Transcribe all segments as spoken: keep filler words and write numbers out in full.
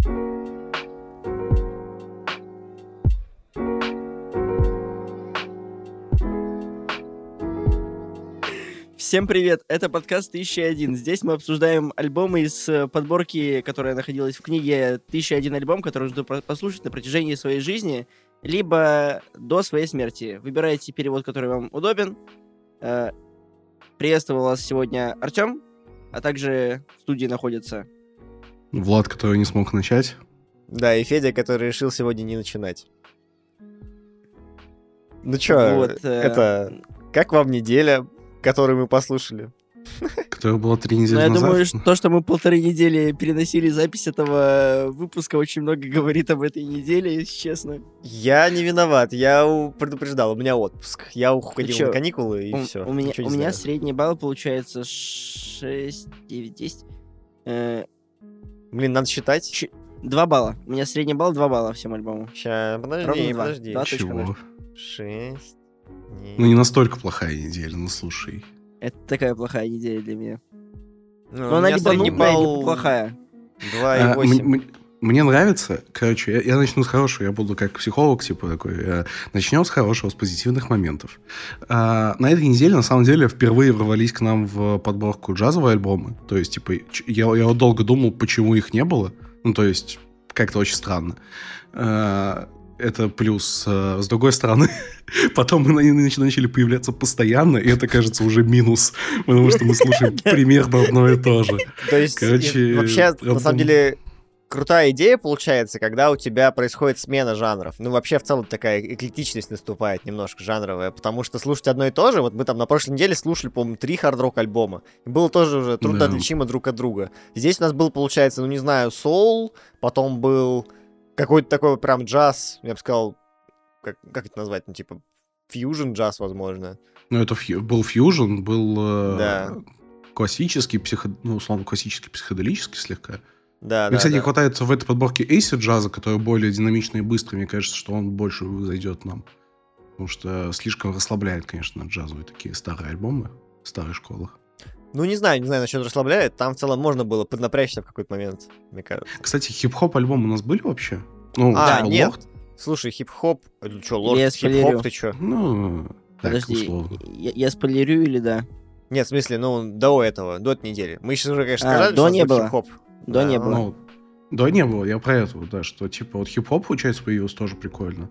Всем привет, это подкаст тысяча один. Здесь мы обсуждаем альбомы из подборки, которая находилась в книге «тысяча один альбом», который нужно послушать на протяжении своей жизни, либо до своей смерти. Выбирайте перевод, который вам удобен. Приветствую вас сегодня Артем, а также в студии находится Влад, который не смог начать. Да, и Федя, который решил сегодня не начинать. Ну чё, вот, это... Как вам неделя, которую мы послушали? Которая была три недели ну, я назад. думаю, что то, что мы полторы недели переносили запись этого выпуска, очень много говорит об этой неделе, если честно. Я не виноват, я предупреждал, у меня отпуск. Я уходил Чё, на каникулы, и у, все. У меня, у меня средний балл получается шесть, девять, десять. Э, Блин, надо считать. Ч... Два балла. У меня средний балл два балла всем альбому. Сейчас, подожди, Ровно подожди. два. Чего? Шесть. Ну, не настолько плохая неделя, ну слушай. Это такая плохая неделя для меня. Ну, Но она либо нудная, либо плохая. два и восемь. Мне нравится, короче, я, я начну с хорошего, я буду как психолог, типа такой, я, начнем с хорошего, с позитивных моментов. А, на этой неделе, на самом деле, впервые ворвались к нам в подборку джазовые альбомы, то есть, типа, я, я вот долго думал, почему их не было, ну, то есть, как-то очень странно. А, это плюс. С другой стороны, потом мы начали появляться постоянно, и это, кажется, уже минус, потому что мы слушаем примерно одно и то же. То есть, вообще, на самом деле... Крутая идея получается, когда у тебя происходит смена жанров. Ну, вообще, в целом, такая эклектичность наступает немножко жанровая, потому что слушать одно и то же, вот мы там на прошлой неделе слушали, по-моему, три хард-рок альбома, и было тоже уже трудно отличимо друг от друга. Здесь у нас был, получается, ну, не знаю, соул, потом был какой-то такой вот прям джаз, я бы сказал, как, как это назвать, ну, типа, фьюжн джаз, возможно. Ну, это фью- был фьюжн, был э, да. классический, психо... ну, условно, классический, психоделический слегка. Да, Мне, да, кстати, да. не хватает в этой подборке эйсид джаза, который более динамичный и быстрый. Мне кажется, что он больше зайдет нам. Потому что слишком расслабляет, конечно, джазовые такие старые альбомы, старой школы. Ну, не знаю, не знаю, насчет расслабляет. Там в целом можно было поднапрячься в какой-то момент, мне кажется. Кстати, хип-хоп альбомы у нас были вообще? Ну, а, типа, нет. Лорд? Слушай, хип-хоп... Что, Лорд, хип-хоп, ты что? Ну, так, Подожди, условно. Я, я спойлерю или да? Нет, в смысле, ну, до этого, до этой недели. Мы сейчас уже, конечно, а, сказали, до что не было. хип-хоп. До да, не было. Ну, да, не было, я про это, да, что, типа, вот хип-хоп, получается, появился тоже прикольно.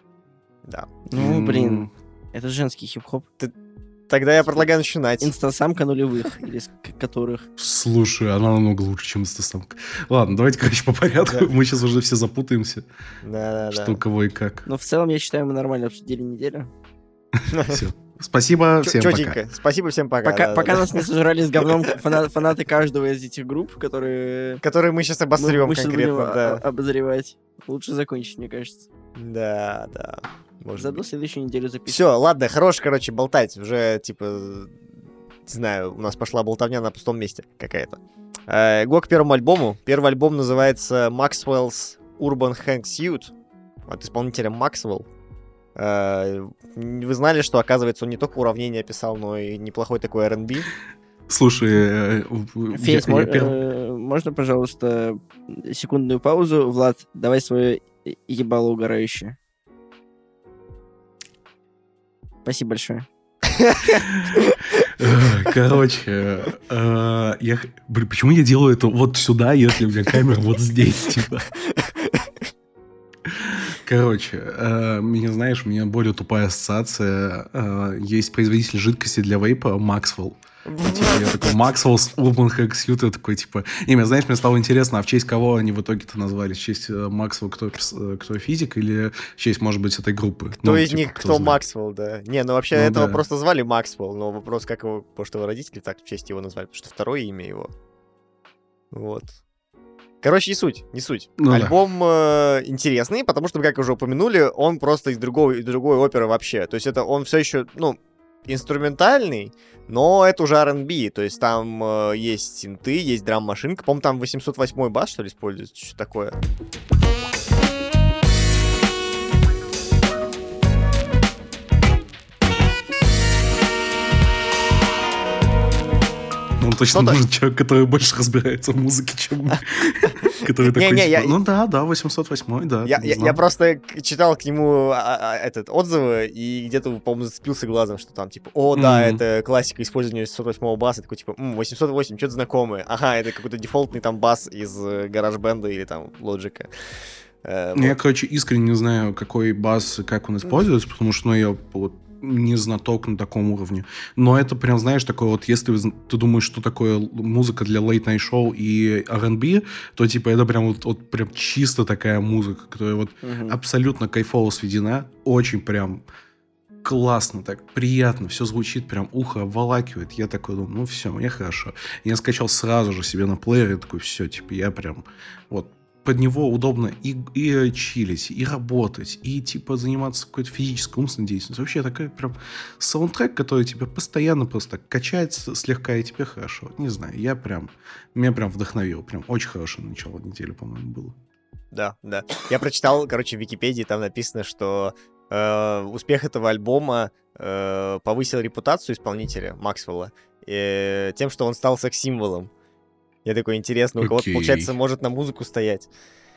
Да. Ну, М, блин, это женский хип-хоп. Тогда я предлагаю начинать. Инстасамка нулевых, или с к- которых. Слушай, она намного лучше, чем инстасамка. Ладно, давайте, короче, по порядку. Да. Мы сейчас уже все запутаемся, Да-да-да. что, кого и как. Но в целом, я считаю, мы нормально обсудили неделю. Все. Спасибо, всем пока. Чётенько. Спасибо всем пока. Пока, да, пока да, нас не сожрали с говном фана- фанаты каждого из этих групп, которые... да. Которые мы сейчас мы, обосрем мы сейчас конкретно, будем да. о- обозревать. Лучше закончить, мне кажется. Да, да. Может Заодно быть. следующую неделю запишем. Все, ладно, хорош, короче, болтать. Уже, типа, не знаю, у нас пошла болтовня на пустом месте какая-то. Э, Го к первому альбому. Первый альбом называется Maxwell's Urban Hank Suit от исполнителя Maxwell. Э, Вы знали, что, оказывается, он не только уравнение писал, но и неплохой такой ар энд би? Слушай, э, Фейс, я- мо- я перв- э, можно, пожалуйста, секундную паузу? Влад, давай свое ебало угорающее. Спасибо большое. Короче, э, я... х- Блин, почему я делаю это вот сюда, если у меня камера вот здесь, типа? Короче, э, меня, знаешь, у меня более тупая ассоциация. Э, есть производитель жидкости для вейпа Maxwell. Типа, я такой, Maxwell's Urban Hack Suit, я такой, типа... Имя, знаешь, мне стало интересно, а в честь кого они в итоге-то назвались? В честь э, Maxwell, кто, пис- э, кто физик, или в честь, может быть, этой группы? Кто Ну, из типа, них, кто знает. Максвелл, да. Не, ну вообще Ну этого да. просто звали Максвелл, но вопрос, как его, потому что его родители так в честь его назвали, потому что второе имя его. Вот. Короче, не суть, не суть. Ну да. Альбом э, интересный, потому что, как уже упомянули, он просто из другой, из другой оперы вообще. То есть это он все еще, ну, инструментальный, но это уже ар энд би, то есть там э, есть синты, есть драм-машинка, по-моему, там восемьсот восьмой бас, что ли, используется, что такое. Ну Нам точно нужен человек, который больше разбирается в музыке, чем мы. Который такой, типа, ну да, да, восемьсот восьмой, да. Я просто читал к нему этот отзывы, и где-то, по-моему, зацепился глазом, что там, типа, о, да, это классика использования восемьсот восьмого баса. Такой, типа, восемьсот восемь, что-то знакомое. Ага, это какой-то дефолтный там бас из GarageBand или там Лоджика. Uh, я, вот. короче, искренне не знаю, какой бас и как он используется, потому что, ну, я вот не знаток на таком уровне. Но это прям, знаешь, такое вот, если ты думаешь, что такое музыка для late-night шоу и ар энд би, то, типа, это прям вот, вот прям чисто такая музыка, которая вот uh-huh. абсолютно кайфово сведена, очень прям классно, так приятно, все звучит, прям ухо обволакивает. Я такой думаю, ну все, мне хорошо. Я скачал сразу же себе на плеере, такой, все, типа, я прям вот под него удобно и, и чилить, и работать, и, типа, заниматься какой-то физической умственной деятельностью. Вообще, такой прям саундтрек, который тебя постоянно просто качает слегка, и тебе хорошо. Не знаю, я прям, меня прям вдохновил. Прям очень хорошее начало недели, по-моему, было. Да, да. Я прочитал, короче, в Википедии, там написано, что э, успех этого альбома э, повысил репутацию исполнителя Максвелла э, тем, что он стал секс-символом. Я такой, интересно, у кого-то, получается, может на музыку стоять.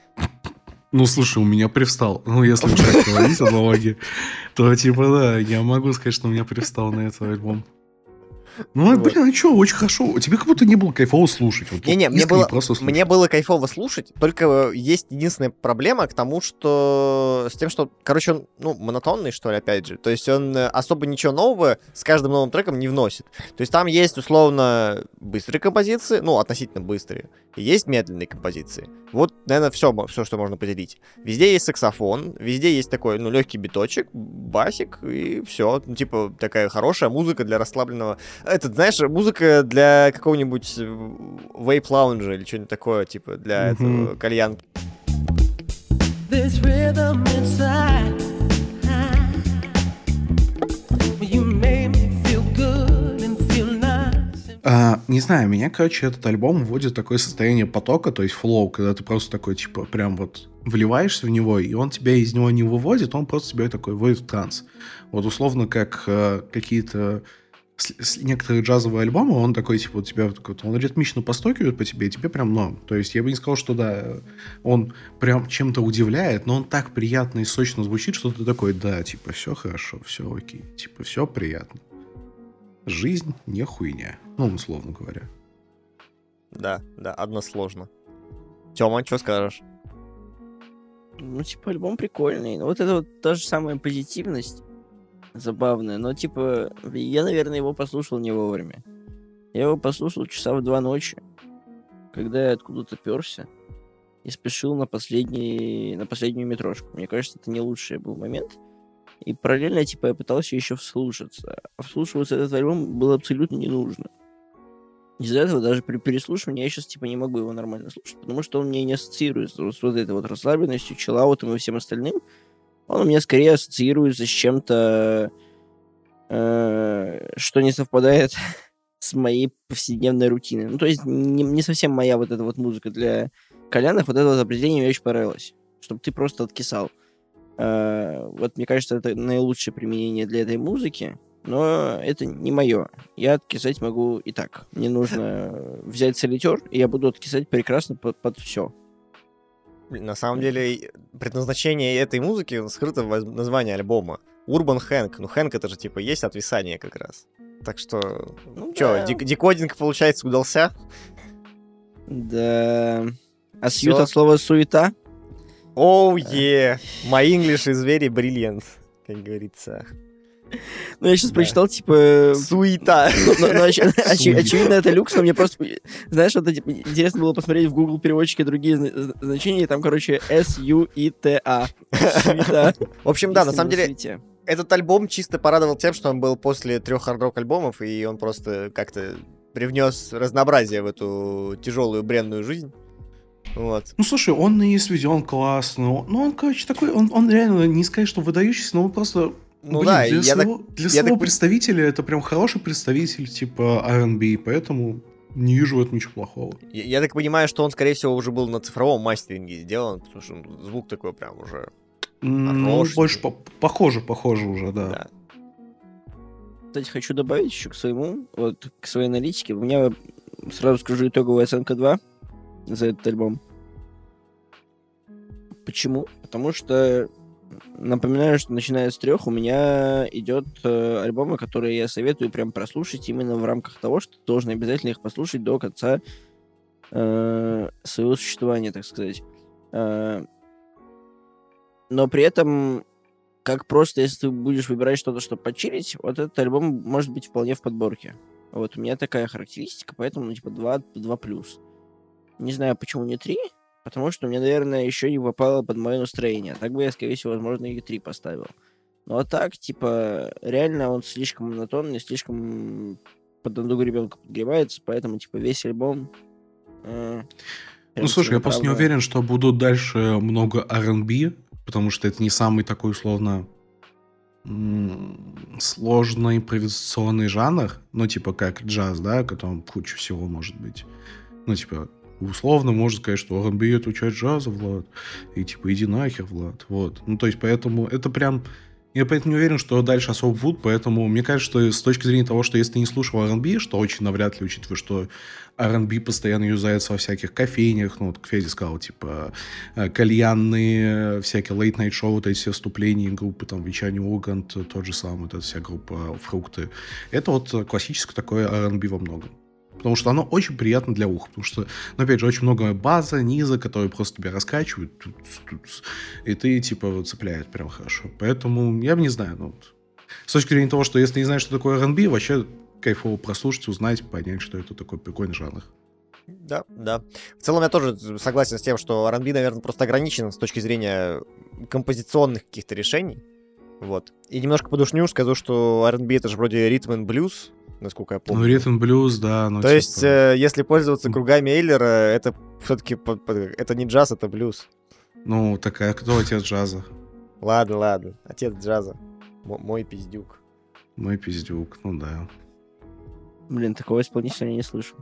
Ну, слушай, у меня привстал. Ну, если уж так говорить аналогии, то, типа, да, я могу сказать, что у меня привстал на этот альбом. Ну, вот. Блин, а что, очень хорошо. Тебе как будто не было кайфово слушать. Вот, Не-не, мне было, мне было кайфово слушать, только есть единственная проблема к тому, что с тем, что, короче, он, ну, монотонный, что ли, опять же. То есть он особо ничего нового с каждым новым треком не вносит. То есть там есть, условно, быстрые композиции, ну, относительно быстрые, и есть медленные композиции. Вот, наверное, все, все, что можно поделить. Везде есть саксофон, везде есть такой, ну, легкий биточек, басик, и все. Ну, типа, такая хорошая музыка для расслабленного... Это, знаешь, музыка для какого-нибудь вейп-лаунжа или что-нибудь такое, типа, для mm-hmm. этого кальянки. А, не знаю, меня, короче, этот альбом вводит в такое состояние потока, то есть флоу, когда ты просто такой, типа, прям вот вливаешься в него, и он тебя из него не выводит, он просто тебя такой вводит в транс. Вот условно, как э, какие-то с, с, некоторые джазовые альбомы, он такой, типа, вот тебя, такой, он ритмично постукивает по тебе, и тебе прям норм. То есть я бы не сказал, что, да, он прям чем-то удивляет, но он так приятно и сочно звучит, что ты такой, да, типа, все хорошо, все окей, типа, все приятно. Жизнь не хуйня. Ну, условно говоря. Да, да, односложно. Тёма, что скажешь? Ну, типа, альбом прикольный. Ну, вот это вот та же самая позитивность забавная. Но, типа, я, наверное, его послушал не вовремя. Я его послушал часа в два ночи, когда я откуда-то перся и спешил на, последний, на последнюю метрошку. Мне кажется, это не лучший был момент. И параллельно, типа, я пытался еще вслушаться. А вслушиваться этот альбом было абсолютно не нужно. Из-за этого даже при переслушивании я сейчас, типа, не могу его нормально слушать, потому что он мне не ассоциируется с вот этой вот расслабленностью, чиллаутом и всем остальным. Он у меня скорее ассоциируется с чем-то, э, что не совпадает с моей повседневной рутиной. Ну, то есть не, не совсем моя вот эта вот музыка для кальянов. Вот это вот определение мне очень понравилось. Чтобы ты просто откисал. Uh, вот мне кажется, это наилучшее применение для этой музыки, но это не мое. Я откисать могу и так. Мне нужно взять солитер, и я буду откисать прекрасно под, под все. На самом деле, предназначение этой музыки скрыто в названии альбома. Urban Hank. Ну, Hank это же типа есть отвисание как раз. Так что, ну, что, да. дек- декодинг, получается, удался? Да. А сьют от слова суета? Оу, oh, yeah. My English is very brilliant, как говорится. Ну, я сейчас да. прочитал, типа... Суета. Ну, ну, оч- оч- очевидно, это люкс, но мне просто... Знаешь, вот типа, интересно было посмотреть в Google переводчике другие зна- значения, и там, короче, S-U-I-T-A. Суета. В общем, да, на самом деле, этот альбом чисто порадовал тем, что он был после трех хард-рок альбомов, и он просто как-то привнес разнообразие в эту тяжелую бренную жизнь. Вот. Ну, слушай, он и сведен классно. Ну, он, короче, такой, он, он реально, не сказать, что выдающийся, но он просто... Ну блин, да, для я своего, так, для я своего так... представителя это прям хороший представитель, типа ар энд би, поэтому не вижу в этом ничего плохого. Я, я так понимаю, что он, скорее всего, уже был на цифровом мастеринге сделан, потому что звук такой прям уже... Ну, больше по- похоже, похоже уже, да. да. Кстати, хочу добавить еще к своему, вот, к своей аналитике. У меня Сразу скажу итоговая оценка два за этот альбом. Почему? Потому что напоминаю, что начиная с трех у меня идет э, альбомы, которые я советую прям прослушать именно в рамках того, что ты должен обязательно их послушать до конца э, своего существования, так сказать. Э, но при этом, как просто, если ты будешь выбирать что-то, чтобы почилить, вот этот альбом может быть вполне в подборке. Вот у меня такая характеристика, поэтому, ну, типа, два плюс. Не знаю, почему не три, потому что у меня, наверное, еще не попало под мое настроение. Так бы я, скорее всего, возможно, и три поставил. Ну, а так, типа, реально он слишком монотонный, слишком под одну гребенку подгребается, поэтому, типа, весь альбом... Э, ну, слушай, я просто не уверен, что будут дальше много ар энд би, потому что это не самый такой, условно, м- сложный импровизационный жанр, ну, типа, как джаз, да, в котором куча всего может быть. Ну, типа... Условно можно сказать, что ар энд би это часть джаза, Влад. И типа, иди нахер, Влад. Вот. Ну, то есть, поэтому это прям... Я поэтому не уверен, что дальше особо будут, поэтому мне кажется, что с точки зрения того, что если ты не слушал ар энд би, что очень навряд ли, учитывая, что ар энд би постоянно юзается во всяких кофейнях, ну, вот Федя сказал, типа, кальянные, всякие лейт-найт-шоу, вот эти все вступления группы, там, Вечерний Ургант, тот же самый, вот эта вся группа Фрукты. Это вот классическое такое ар энд би во многом. Потому что оно очень приятно для уха. Потому что, ну, опять же, очень много база, низа, которые просто тебя раскачивают. И ты, типа, цепляет прям хорошо. Поэтому я бы не знаю. Ну, вот. С точки зрения того, что если не знаешь, что такое ар энд би, вообще кайфово прослушать, узнать, понять, что это такой прикольный жанр. Да, да. В целом я тоже согласен с тем, что ар энд би, наверное, просто ограничен с точки зрения композиционных каких-то решений. Вот. И немножко подушню, скажу, что ар энд би это же вроде ритм и блюз, насколько я помню. Ну, ритм блюз, да. Ну, То типа... есть, э, если пользоваться кругами Эйлера, это все-таки это не джаз, это блюз. Ну, такая, кто отец джаза? Ладно, ладно, отец джаза. М- мой пиздюк. Мой пиздюк, ну да. Блин, такого исполнителя я не слышу.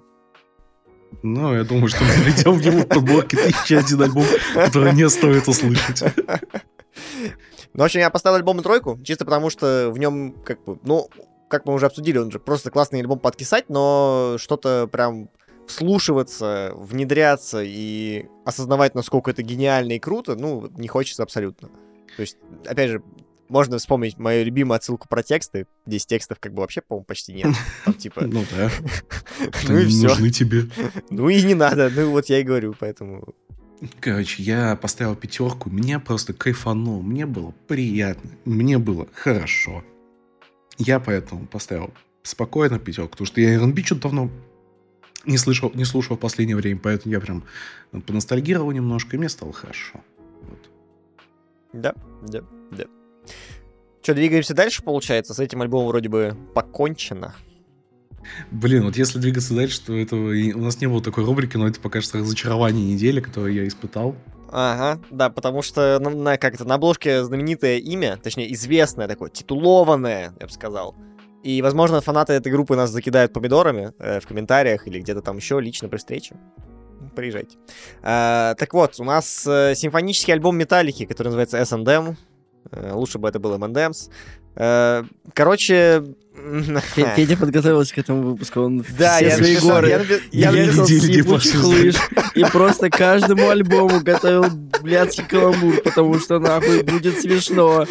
Ну, я думаю, что мы найдем в его подборке тысяча один альбом, который не стоит услышать. Ну, в общем, я поставил альбом на тройку, чисто потому что в нем, как бы, ну, как мы уже обсудили, он же просто классный альбом подкисать, но что-то прям вслушиваться, внедряться и осознавать, насколько это гениально и круто, ну, не хочется абсолютно. То есть, опять же, можно вспомнить мою любимую отсылку про тексты. Здесь текстов как бы вообще, по-моему, почти нет. Там типа... Ну да. Ну и все. Нужны тебе. Ну и не надо. Ну вот я и говорю, поэтому... Короче, я поставил пятерку, меня просто кайфанул, мне было приятно, мне было хорошо. Я поэтому поставил спокойно пятерку, потому что я ар энд би что-то давно не слышал, не слушал в последнее время, поэтому я прям поностальгировал немножко, и мне стало хорошо. Вот. Да, да, да. Что, двигаемся дальше, получается? С этим альбомом вроде бы покончено. Блин, вот если двигаться дальше, то этого у нас не было такой рубрики, но это пока что разочарование недели, которое я испытал. Ага, да, потому что на, на, как это, на обложке знаменитое имя, точнее, известное такое, титулованное, я бы сказал. И, возможно, фанаты этой группы нас закидают помидорами э, в комментариях или где-то там еще лично при встрече. Приезжайте. А, так вот, у нас э, симфонический альбом Металлики, который называется эс энд эм. Э, лучше бы это был эм энд эмс. Э, короче... Федя подготовился к этому выпуску, он да, все я свои написал, горы. Я, я я написал съебучих лыж и просто каждому альбому готовил блядский каламбур, потому что нахуй будет смешно.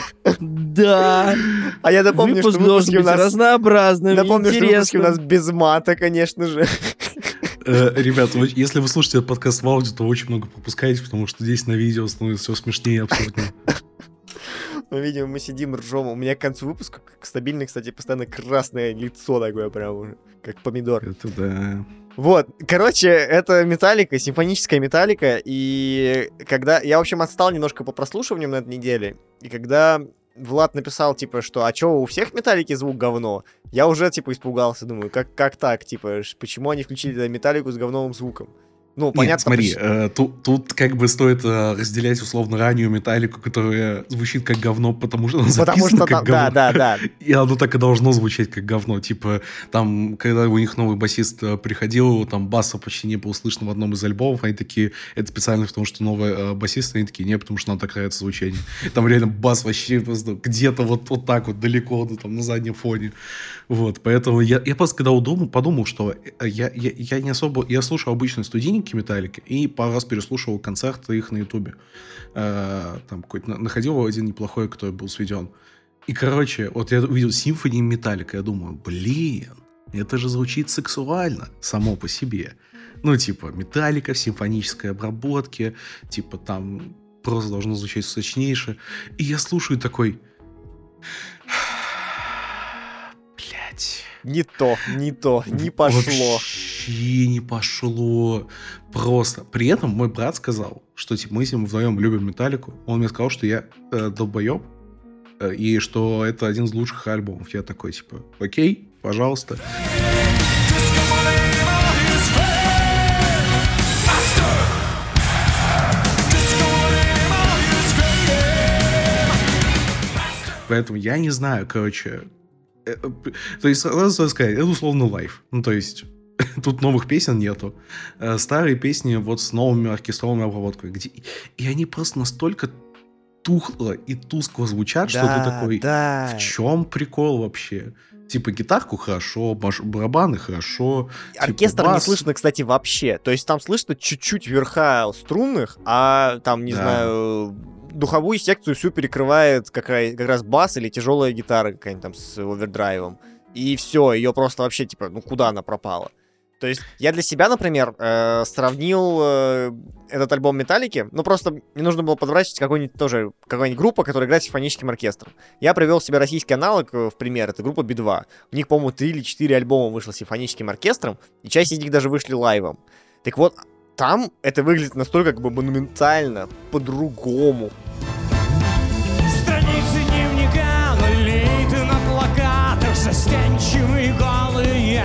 Да. А я напомню, выпуск что должен быть у нас... разнообразным, Напомню, интересным. что выпуски у нас без мата, конечно же. Ребят, если вы слушаете этот подкаст в аудио, то вы очень много пропускаете, потому что здесь на видео становится все смешнее абсолютно. Ну, видимо, мы сидим, ржем. У меня к концу выпуска стабильно, кстати, постоянно красное лицо такое прям уже, как помидор. Это да. Вот, короче, это Металлика, симфоническая Металлика, и когда... Я, в общем, отстал немножко по прослушиваниям на этой неделе, и когда Влад написал, типа, что «А чё, у всех Металлики звук говно?» Я уже, типа, испугался, думаю, как, как так, типа, почему они включили Металлику с говновым звуком? Ну, понятно. Нет, смотри, э, тут, тут как бы стоит э, разделять условно раннюю Металлику, которая звучит как говно, потому что она потому записана что как там, говно. Да, да, да. И оно так и должно звучать как говно. Типа, там, когда у них новый басист приходил, там баса почти не было слышно в одном из альбомов, они такие, это специально потому, что новый э, басист, они такие, не, потому что нам так нравится звучание. Там реально бас вообще просто где-то вот, вот так вот далеко, ну, там, на заднем фоне. Вот, поэтому я, я просто когда удумал, подумал, что я, я, я не особо... Я слушаю обычные студийники Металлики и пару раз переслушивал концерты их на Ютубе. Э, там какой-то находил один неплохой, который был сведен. И, короче, вот я увидел Symphony Metallica, я думаю, блин, это же звучит сексуально само по себе. Ну, типа, Металлика в симфонической обработке, типа, там просто должно звучать сочнейше. И я слушаю такой... Блять. Не то, не то, не пошло. Вообще не пошло. Просто. При этом мой брат сказал, что типа, мы с ним вдвоем любим Металлику. Он мне сказал, что я э, долбоеб, э, и что это один из лучших альбомов. Я такой, типа, окей, пожалуйста. Поэтому я не знаю, короче... То есть, сразу сказать, это условно лайв. Ну, то есть, тут новых песен нету. Старые песни вот с новыми оркестровыми обработками. Где... И они просто настолько тухло и тускло звучат, да, что ты такой, да. В чем прикол вообще? Типа, гитарку хорошо, баш... барабаны хорошо. Оркестр типа, не слышно, кстати, вообще. То есть, там слышно чуть-чуть верха струнных, а там, не да. знаю... Духовую секцию всю перекрывает какая, как раз бас или тяжелая гитара какая-нибудь там с овердрайвом. И все, ее просто вообще, типа, ну куда она пропала? То есть я для себя, например, э, сравнил э, этот альбом Металлики, ну просто мне нужно было подобрать какой-нибудь тоже, какая-нибудь группа, которая играет с симфоническим оркестром. Я привел себе российский аналог в пример, это группа би два. У них, по-моему, три или четыре альбома вышло с симфоническим оркестром, и часть из них даже вышли лайвом. Так вот, там это выглядит настолько как бы монументально, по-другому. Страницы дневника налиты на плакатах, застенчивые голые.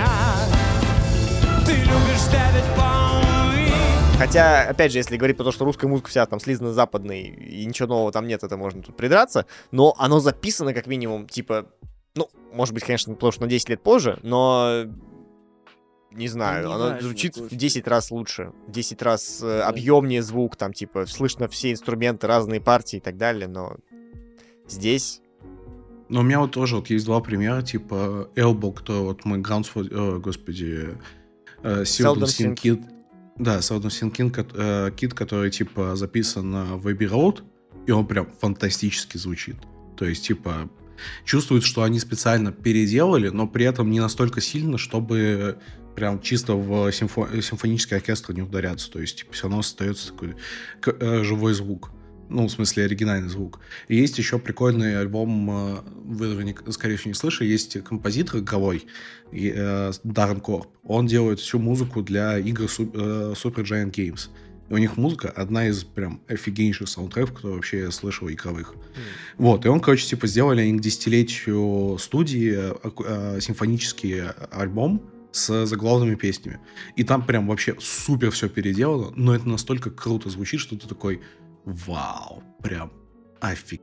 Ты любишь ставить бомбы. Хотя, опять же, если говорить про то, что русская музыка вся там слизана западной, и ничего нового там нет, это можно тут придраться, но оно записано как минимум, типа, ну, может быть, конечно, потому что на десять лет позже, но... Не знаю, ну, не оно важно, звучит в десять раз лучше, в десять раз э, да. объемнее звук, там, типа, слышно все инструменты, разные партии и так далее, но здесь... Но у меня вот тоже вот есть два примера, типа, Elbow, кто вот мой Groundsford, э, господи, э, Seldom Seen Kid, да, Seldom Seen Kid, э, Kid, который, типа, записан на Abbey Road, и он прям фантастически звучит, то есть, типа... Чувствуют, что они специально переделали, но при этом не настолько сильно, чтобы прям чисто в симфо- симфонический оркестр не ударяться. То есть, типа, все равно остается такой к- э, живой звук. Ну, в смысле, оригинальный звук. И есть еще прикольный альбом, э, вы, наверняка, скорее всего, не слышали, есть композитор игровой, э, Даррен Корб. Он делает всю музыку для игр Super, э, Super Giant Games. И у них музыка одна из прям офигеннейших саундтреков, которые вообще я слышал, игровых. Mm. Вот, и он, короче, типа, сделали они к десятилетию студии э, э, симфонический альбом с заглавными песнями. И там прям вообще супер все переделано, но это настолько круто звучит, что ты такой, вау, прям офиг.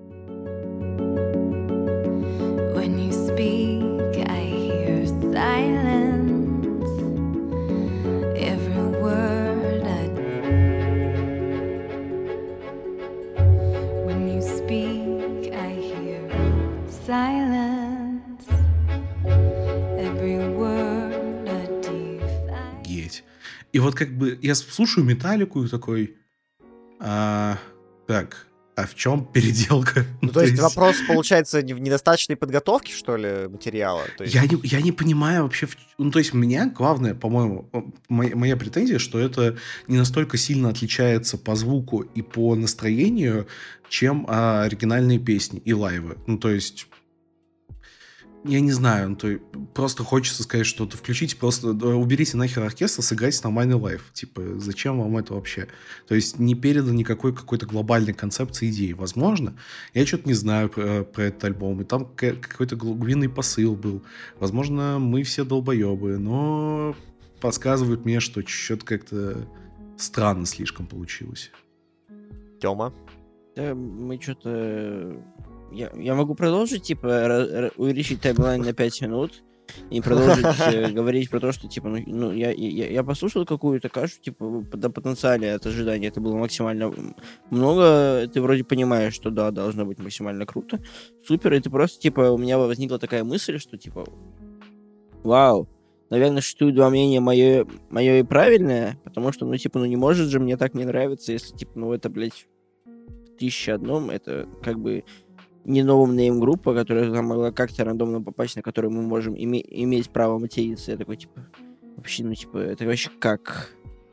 When you speak, I hear silence. Every word I When you speak, I hear silence. Every word I define. Геть. И вот как бы я слушаю Металлику и такой, а, так, а в чем переделка? Ну, то, то есть, есть вопрос, получается, в недостаточной подготовки, что ли, материала? То есть... я, не, я не понимаю вообще... Ну, то есть, у меня главное, по-моему, моя, моя претензия, что это не настолько сильно отличается по звуку и по настроению, чем а, оригинальные песни и лайвы. Ну, то есть... Я не знаю, ну, то просто хочется сказать что-то. Включите, просто уберите нахер оркестр, сыграйте нормальный лайв. Типа, зачем вам это вообще? То есть не передано никакой какой-то глобальной концепции идеи. Возможно, я что-то не знаю про, про этот альбом, и там какой-то глубинный посыл был. Возможно, мы все долбоебы, но подсказывают мне, что что-то как-то странно слишком получилось. Тёма? Да, мы что-то... Я, я могу продолжить, типа, ра- ра- увеличить таймлайн на пять минут и продолжить э, говорить про то, что, типа, ну, ну я, я, я послушал какую-то кашу, типа, до потенциала от ожидания это было максимально много, ты вроде понимаешь, что да, должно быть максимально круто, супер, и ты просто, типа, у меня возникла такая мысль, что, типа, вау, наверное, существует два мнения, мое, мое и правильное, потому что, ну, типа, ну, не может же мне так не нравиться, если, типа, ну, это, блядь, в тысяча одном, это, как бы, не новым нейм-группа, которая там могла как-то рандомно попасть, на которую мы можем име- иметь право материться. Я такой, типа, вообще, ну, типа, это вообще как?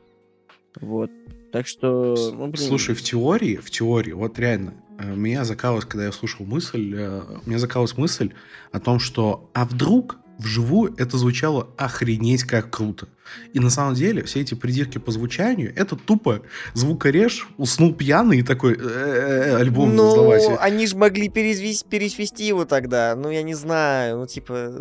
Вот. Так что, ну, блин. Слушай, в теории, в теории, вот реально, э, меня закалась, когда я слушал мысль, э, меня закалась мысль о том, что, а вдруг вживую это звучало охренеть как круто. И на самом деле все эти придирки по звучанию, это тупо звукореж уснул пьяный и такой э-э-э, альбом Ну, сдавайте. они же могли перезвести, пересвести его тогда. Ну, я не знаю. Ну, типа...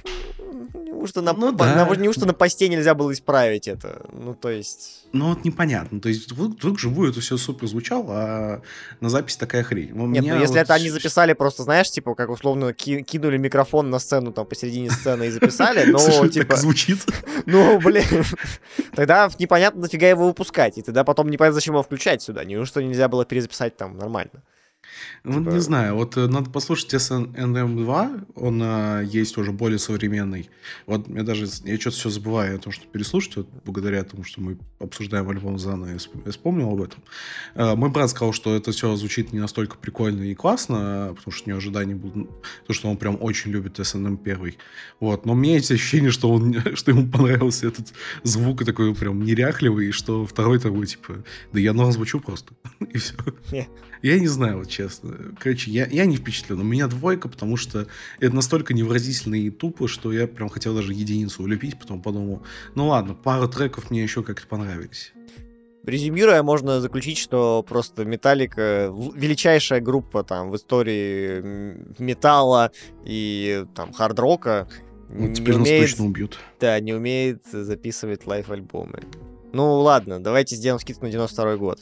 Неужто на, Ну, по- да. на- неужто на посте нельзя было исправить это? Ну, то есть... Ну, вот непонятно. То есть вдруг, вдруг вживую это все супер звучало, а на запись такая хрень. Ну, Нет, меня ну если вот это они с- записали просто, знаешь, типа, как условно ки- кинули микрофон на сцену там посередине сцены и записали, ну, Слушай, типа... так и звучит. Ну, блин, тогда непонятно, нафига его выпускать, и тогда потом непонятно, зачем его включать сюда. Неужто нельзя было перезаписать там нормально? Ну, Типа- не знаю, вот э, надо послушать эс эн эм два, он а, есть уже более современный. Вот я даже, я что-то все забываю о том, что переслушать, вот благодаря тому, что мы обсуждаем альбом заново, я сп- я вспомнил об этом. Э, мой брат сказал, что это все звучит не настолько прикольно и классно, потому что у него ожидания будут, ну, то, что он прям очень любит эс эн эм один. Вот, но у меня есть ощущение, что, он, что ему понравился этот звук такой прям неряхливый, и что второй такой, типа, да я норм звучу просто, и все. Не. Я не знаю, вот честно. Короче, я, я не впечатлен. У меня двойка, потому что это настолько невыразительно и тупо, что я прям хотел даже единицу улепить, потом подумал, ну ладно, пару треков мне еще как-то понравились. Резюмируя, можно заключить, что просто Металлика величайшая группа там в истории м, металла и там хард-рока. Вот не теперь нас умеет, точно убьют. да, не умеет записывать лайв-альбомы. Ну ладно, давайте сделаем скидку на девяносто второй год.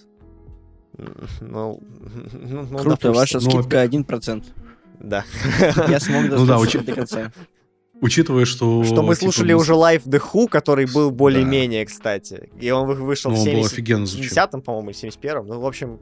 Ну, ну, ну, Круто, допустим. ваша Ну, скидка один процент. Да. Я смог Ну да, дослушать учи- до конца. Учитывая, что... Что мы типа, слушали мы- уже лайв The Who, который был более-менее, кстати. И он вы- вышел Ну, в он был семьдесят офигенно звучал. семидесятом, по-моему, или семьдесят первом. Ну, в общем,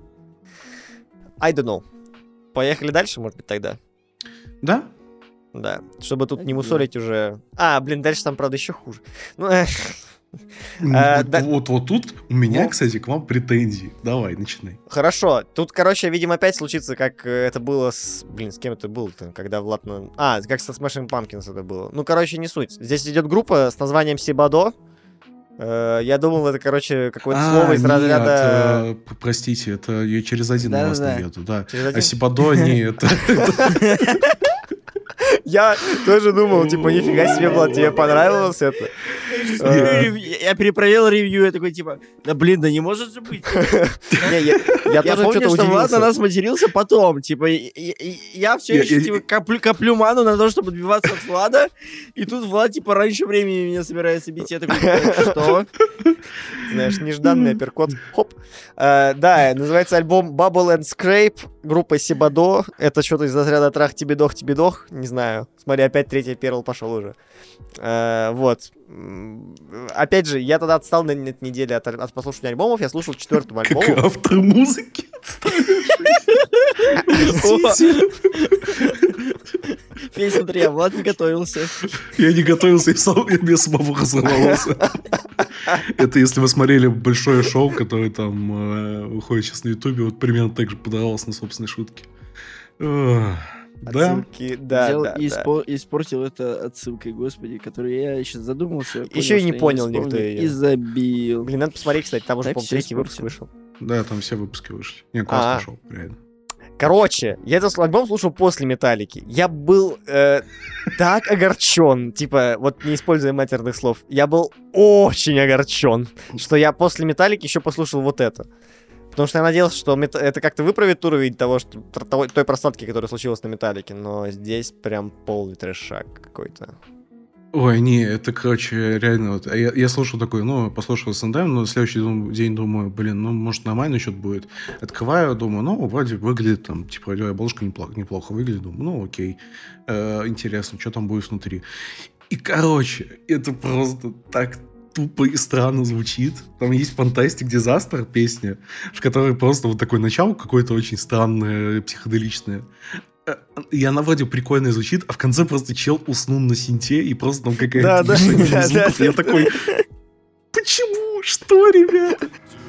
I don't know. Поехали дальше, может быть, тогда? Да? Да. Чтобы тут не Да. мусорить уже... А, блин, дальше там, правда, еще хуже. Ну, э, М, А, вот, да- вот, вот тут у меня, Ну. кстати, к вам претензии. Давай, начинай. хорошо. Тут, короче, видимо, опять случится, как э, это было с... Блин, с кем это было-то? Когда Влад... на- А, как со Smashing Pumpkins это было. Ну, короче, не суть. Здесь идет группа с названием Сибадо. Э, Я думал, это, короче, какое-то А, слово из нет, разряда... э, п- простите, это ее через один Да, у вас да, да. нету, да. Через один? А Сибадо, не, это... Я тоже думал, типа, нифига себе, Влад, тебе понравилось это? Э, Я перепроверил ревью, я такой, типа, да блин, да не может же быть. Не, я я Я тоже помню, что-то что Влад на удивился. нас матерился потом. Типа, и- и- и я все Я- еще я- типа, коплю, коплю ману на то, чтобы отбиваться от Влада. И тут Влад, типа, раньше времени меня собирается бить. Я такой, типа, что? Знаешь, нежданный апперкот. Хоп. Э, Да, называется альбом Bubble and Scrape, группа Сибадо. Это что-то из разряда трах-тебе-дох-тебе-дох. Не знаю. Смотри, опять третий перл пошел уже. Э, Вот. М, Опять же, я тогда отстал на н- неделю от, от прослушивания альбомов. Я слушал четвертому Как альбому. автор музыки. Фей, смотри, а Влад не готовился. Я не готовился, я сам- я мне самого разорвался. Это если вы смотрели большое шоу, которое там э, выходит сейчас на Ютубе, вот примерно так же подавалось на собственной шутке. Ох, Да. Отсылки, да, Взял да, и да. испо- испортил это отсылкой, господи, которую я сейчас задумался. Ещё и не что я понял вспомнил никто её. И забил. Блин, надо посмотреть, кстати, там уже, Так по-моему, всё третий выпуск испортил. вышел. Да, там все выпуски вышли. Не, классный А. шоу, реально. Короче, я этот альбом слушал после Металлики. Я был э, так огорчен, типа, вот не используя матерных слов, я был очень огорчен, что я после Металлики еще послушал вот это. Потому что я надеялся, что мета- это как-то выправит уровень того, что, тр- того- той просадки, которая случилась на Металлике, но здесь прям полный трешак какой-то. Ой, не, это, короче, реально, вот, я, я слушал такой, ну, послушал Сэндайм, но следующий дум- день думаю, блин, ну, может, нормально что-то будет. Открываю, думаю, ну, вроде выглядит там, типа, вроде обложка неплохо, неплохо выглядит, думаю, ну, окей, э, интересно, что там будет внутри. И, короче, это просто так тупо и странно звучит. Там есть Fantastic Disaster песня, в которой просто вот такое начало какое-то очень странное, психоделичное. И она вроде прикольная звучит, а в конце просто чел уснул на синте, и просто там какая-то Да, да, мешанина да, звуков. да, Я да. такой, почему? Что, ребята?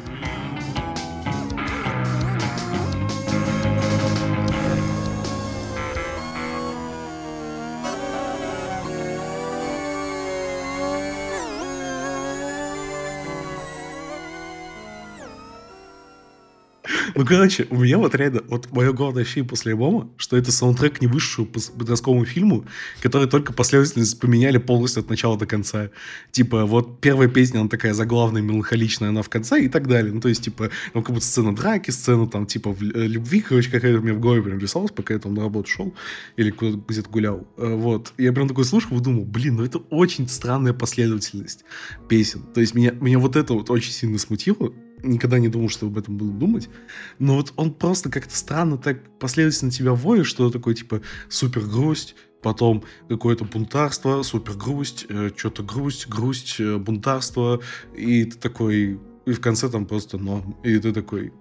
Ну, короче, у меня вот реально, вот мое главное ощущение после альбома, что это саундтрек к невысшему пос- подростковому фильму, который только последовательность поменяли полностью от начала до конца. Типа, вот первая песня, она такая заглавная, меланхоличная, она в конце и так далее. Ну, то есть, типа, ну, как будто сцена драки, сцена там, типа, в- э, любви, короче, какая-то у меня в голове прям рисовалась, пока я там на работу шел или куда-то где-то гулял. Э, Вот. Я прям такой слушал и думал, блин, ну это очень странная последовательность песен. То есть, меня, меня вот это вот очень сильно смутило. Никогда не думал, что об этом буду думать. Но вот он просто как-то странно так последовательно тебя вводит, что такое, типа, супер грусть, потом какое-то бунтарство, супер грусть, э, что-то грусть, грусть, э, бунтарство, и ты такой... И в конце там просто норм. И ты такой...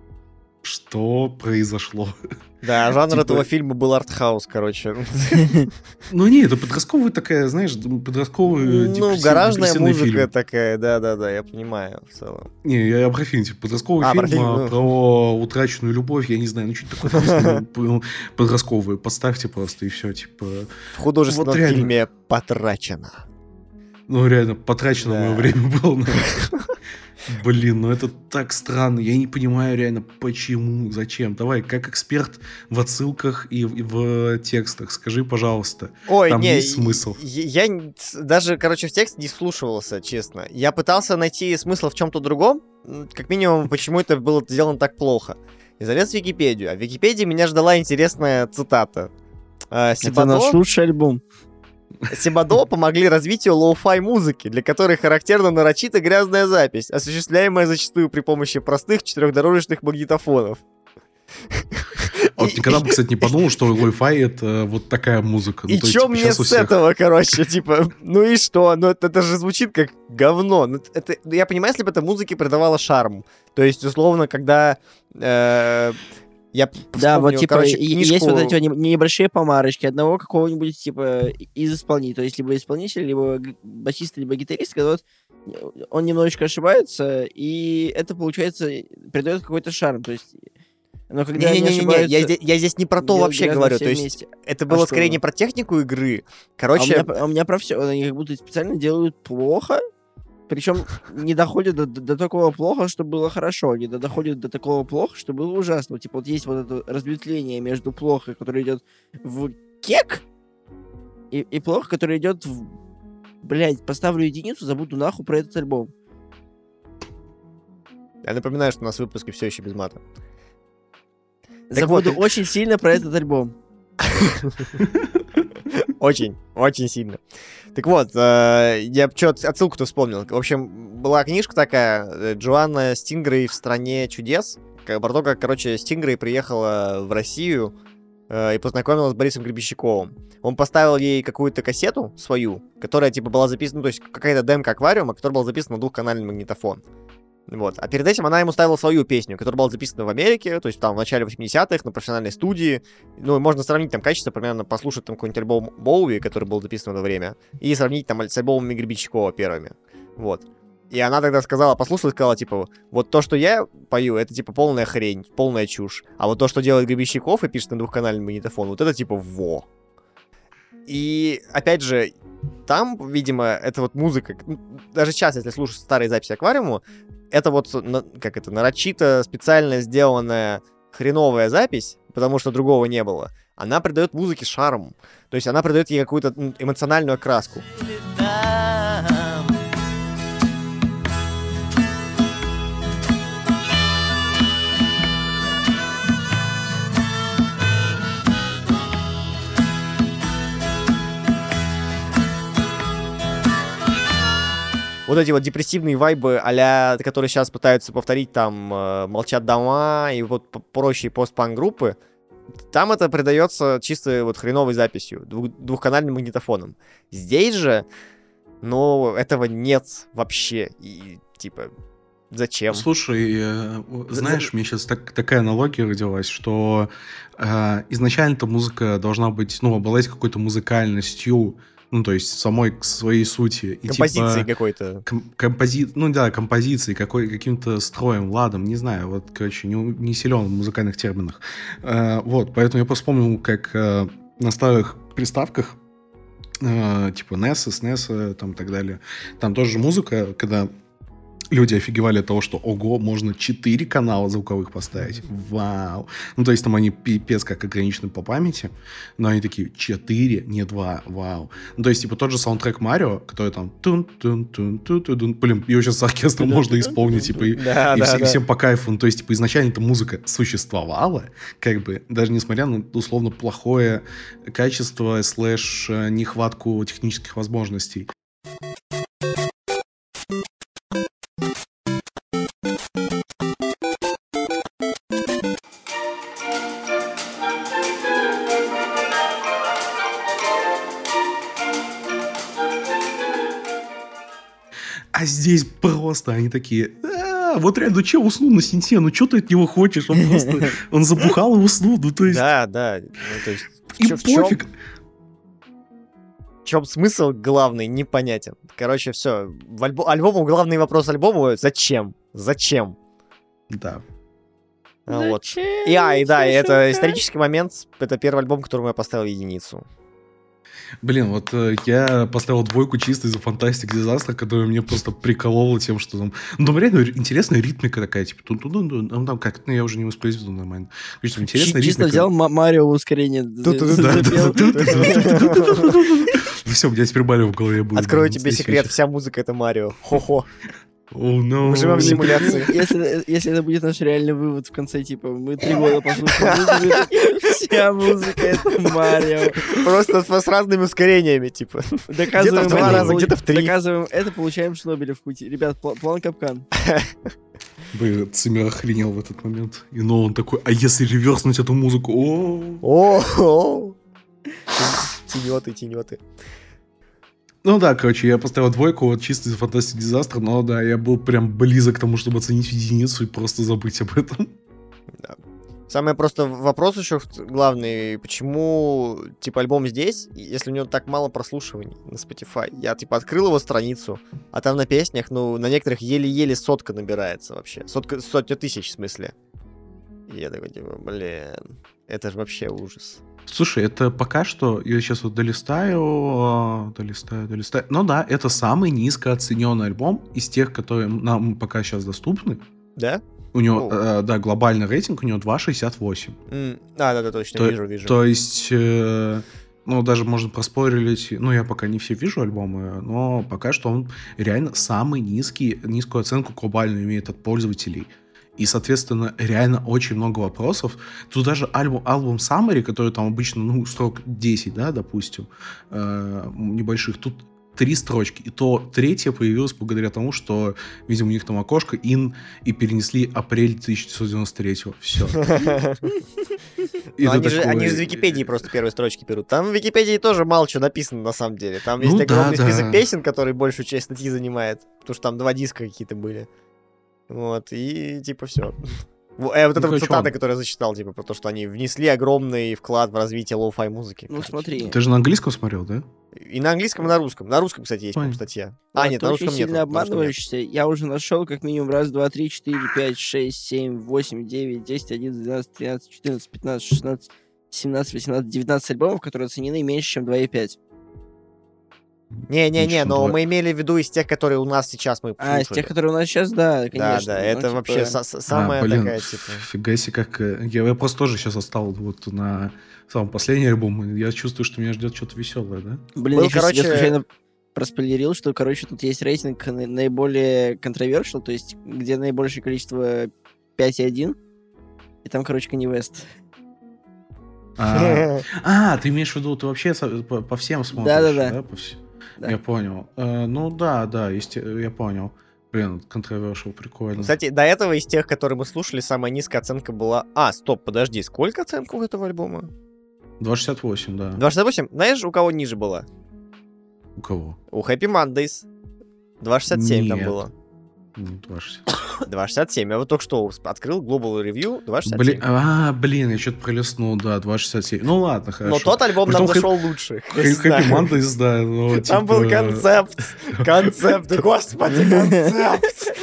Что произошло? Да, жанр Типа- этого фильма был артхаус, короче. Ну не, это подростковая такая, знаешь, подростковая Ну, депрессив- гаражная депрессивный музыка фильм. такая, да-да-да, я понимаю в целом. Не, я про фильм, типа, подростковый А, фильм про фильм, а, ну. про утраченную любовь, я не знаю, ну что-то такое грустное, ну, подростковое, поставьте просто и все, типа, В художественном Вот реально. фильме «Потрачено». ну реально, потрачено Да. мое время было на это. Блин, ну это так странно, я не понимаю реально, почему, зачем. Давай, как эксперт в отсылках и в, и в текстах, скажи, пожалуйста, Ой, там не, есть смысл? Я, я н- с- даже, короче, в текст не вслушивался, честно. Я пытался найти смысл в чем-то другом, м, как минимум, почему это было сделано так плохо. И залез в Википедию. А в Википедии меня ждала интересная цитата. А, Это наш Сибадо, лучший альбом. Сибадо помогли развитию лоу-фай музыки, для которой характерна нарочито грязная запись, осуществляемая зачастую при помощи простых четырехдорожечных магнитофонов. Вот никогда бы, кстати, не подумал, что Wi-Fi это вот такая музыка. Ну, И то есть, чё типа, мне щас у с всех- этого, короче, типа, ну и что? Ну это, это же звучит как говно. Ну, это, ну, я понимаю, если бы это музыке придавало шарм. То есть, условно, когда... э, я п- Да, вот вспомню, типа короче, и- книжку- есть вот эти вот не- небольшие помарочки одного какого-нибудь типа из исполнителей, то есть либо исполнитель, либо г- басист, либо гитарист, когда вот он немножечко ошибается, и это, получается, придает какой-то шарм, то есть но когда они Не-не-не, ошибаются, я, здесь- я здесь не про то делают вообще грязно говорю. все То есть, вместе. это было А скорее что? не про технику игры. А у, Короче, меня, а у меня про все, они как будто специально делают плохо, причем не доходят до, до- до такого плохо, что было хорошо, не до- доходят до такого плохо, что было ужасно. Типа вот есть вот это разветвление между плохо, которое идет в кек, и, и плохо, которое идет в... Блять, поставлю единицу, забуду нахуй про этот альбом. я напоминаю, что у нас в выпуске все еще без мата. Так Забуду вот. очень сильно про этот альбом. Очень, очень сильно. Так вот, э, я что отсылку-то вспомнил. В общем, была книжка такая, э, Джоанна Стингрей в «Стране чудес», как- про то, как, короче, Стингрей приехала в Россию э, и познакомилась с Борисом Гребенщиковым. Он поставил ей какую-то кассету свою, которая, типа, была записана, ну, то есть какая-то демка аквариума, которая была записана на двухканальный магнитофон. Вот. А перед этим она ему ставила свою песню, которая была записана в Америке, то есть там в начале восьмидесятых на профессиональной студии. Ну, и можно сравнить там качество, примерно послушать там какой-нибудь альбом Боуи, который был записан в это время, и сравнить там с альбомами Гребенщикова первыми. Вот. И она тогда сказала, послушала и сказала, типа, вот то, что я пою, это, типа, полная хрень, полная чушь. А вот то, что делает Гребенщиков и пишет на двухканальный магнитофон, вот это, типа, во. И, опять же, там, видимо, это вот музыка, ну, даже сейчас, если слушать старые записи «Аквариума», это вот, на- как это, нарочито специально сделанная хреновая запись, потому что другого не было, она придает музыке шарм. То есть она придает ей какую-то м, эмоциональную окраску. вот эти вот депрессивные вайбы а-ля, которые сейчас пытаются повторить там э, «Молчат дома» и вот п- прочие постпанк-группы, там это придается чисто вот хреновой записью, двух- двухканальным магнитофоном. Здесь же, ну, этого нет вообще. И, типа, зачем? Слушай, э, знаешь, мне сейчас так, такая аналогия родилась, что э, изначально-то музыка должна быть, ну, обладать какой-то музыкальностью, ну, то есть самой к своей сути. И, Композиции типа, какой-то. Ком- компози... Ну да, композиции, какой... каким-то строем, ладом, не знаю, вот, короче, не, у- не силен в музыкальных терминах. Э, вот, поэтому я просто вспомнил, как э, на старых приставках, э, типа неса, снеса, там и так далее, там тоже музыка, когда люди офигевали от того, что, ого, можно четыре канала звуковых поставить. Вау. Ну, то есть там они пипец как ограничены по памяти, но они такие, четыре, не два, вау. Ну, то есть, типа, тот же саундтрек Марио, который там тун-тун-тун-тун-тун, блин, его сейчас с оркестром можно исполнить, типа, и, Да, и да, все- и да. всем по кайфу. Ну, то есть, типа, изначально эта музыка существовала, как бы, даже несмотря на, условно, плохое качество слэш э, нехватку технических возможностей. А здесь просто они такие... «А, вот реально, че уснул на синте? Ну, что ты от него хочешь? Он просто... Он забухал и уснул. Ну, то есть... Да, да. Ну, то есть, в И чё- в чём- пофиг. В чем смысл главный, непонятен. Короче, все. В альбо- альбому главный вопрос альбому — зачем? Зачем? Да. А, вот. И, а, и да, и это исторический момент. Это первый альбом, которому я поставил единицу. Блин, вот э, я поставил двойку чисто из-за Fantastic Disaster, которая мне просто приколола тем, что там... Ну, там реально р- интересная ритмика такая, типа... тун-тун-тун-тун. Ну, там как... Ну, я уже не воспроизведу нормально. Короче, там интересная Чи- Чисто ритмика. взял Ма- Марио ускорение. за- Да, запел. все, у меня теперь Марио в голове будет. Открою блин, тебе весь секрет, вечер. вся музыка — это Марио. Хо-хо. Oh, no. Мы живем в симуляции. Если, если это будет наш реальный вывод в конце, типа, мы три года послушали музыку, и такие, вся музыка — это Марио. Просто с, с разными ускорениями, типа. Доказываем Где-то в два это, раза, получ- где-то в три. Доказываем это, получаем Шнобеля в пути. Ребят, пл- план капкан. Блин, Цимер охренел в этот момент. И но он такой, а если реверснуть эту музыку? О, О, тенеты, тенеты. Ну да, короче, я поставил двойку вот чисто из Fantastic Disaster, но да, я был прям близок к тому, чтобы оценить единицу и просто забыть об этом. Самый просто вопрос еще главный, почему, типа, альбом здесь, если у него так мало прослушиваний на Spotify? Я, типа, открыл его страницу, а там на песнях, ну, на некоторых еле-еле сотка набирается вообще. Сотка, сотня тысяч, в смысле. И я такой, типа, блин, это же вообще ужас. Слушай, это пока что, я сейчас вот долистаю, а, долистаю, долистаю. Ну да, это самый низкооцененный альбом из тех, которые нам пока сейчас доступны. Да? У него, О. э, да, глобальный рейтинг у него два шестьдесят восемь. М, А, да-да, точно, То- вижу, вижу. То есть, э, ну, даже можно проспорить, ну, я пока не все вижу альбомы, но пока что он реально самый низкий, низкую оценку глобальную имеет от пользователей. И, соответственно, реально очень много вопросов. Тут даже альбом, альбом Summary, который там обычно, ну, строк десять, да, допустим, э, небольших, тут три строчки. И то третья появилась благодаря тому, что, видимо, у них там окошко ин, и перенесли апрель тысяча девятьсот девяносто третьего. Все. Ну, они, же, они же из Википедии просто первые строчки берут. Там в Википедии тоже мало чего написано, на самом деле. Там есть Ну да, огромный да. список песен, который большую часть статьи занимает. Потому что там два диска какие-то были. Вот, и типа все. Вот это вот короче, цитата, он- которую я зачитал, типа, про то, что они внесли огромный вклад в развитие лоу-фай музыки. Ну, короче. смотри. Ты же на английском смотрел, да? И на английском, и на русском. На русском, кстати, есть, по-моему, Понятно. статья. Да, А, нет, ты на очень русском нет. сильно обманываешься. Я уже нашел как минимум раз, два, три, четыре, пять, шесть, семь, восемь, девять, десять, одиннадцать, двенадцать, тринадцать, четырнадцать, пятнадцать, шестнадцать, семнадцать, восемнадцать, девятнадцать альбомов, которые оценены меньше, чем два и пять. Не-не-не, Отлично, но давай. мы имели в виду из тех, которые у нас сейчас мы А, из слушали. тех, которые у нас сейчас, да, Да, конечно. да, Ну, это типа, вообще са- са- самая А, блин, такая, типа... Фига себе, как... э, Я, я просто тоже сейчас остал вот на самом последний альбом, и я чувствую, что меня ждет что-то веселое, да? Блин, Был, я сейчас короче- себе случайно проспойлерил, что, короче, тут есть рейтинг на- наиболее controversial, то есть где наибольшее количество пять и один, и там, короче, Kanye West. А, а, ты имеешь в виду, ты вообще со- по, по всем смотришь, Да-да-да. да? По вс- Да. Я понял. Э, ну да, да, есте- я понял. Блин, controversial, прикольно. Кстати, до этого из тех, которые мы слушали, самая низкая оценка была... А, стоп, подожди, сколько оценка у этого альбома? два шестьдесят восемь, да. два шестьдесят восемь? Знаешь, у кого ниже была? У кого? У Happy Mondays. два шестьдесят семь там Нет. было. Ну, два шестьдесят. два шестьдесят семь. Я вот только что открыл Global Review два шестьдесят Блин, семь. а, блин, я что-то пролистнул, да, два шестьдесят семь. Ну ладно, хорошо. Но тот альбом Притом нам Happy- зашел лучше. Я Happy не знаю. Mondays, да, ну, Там типа, был концепт. Концепт. Господи, концепт.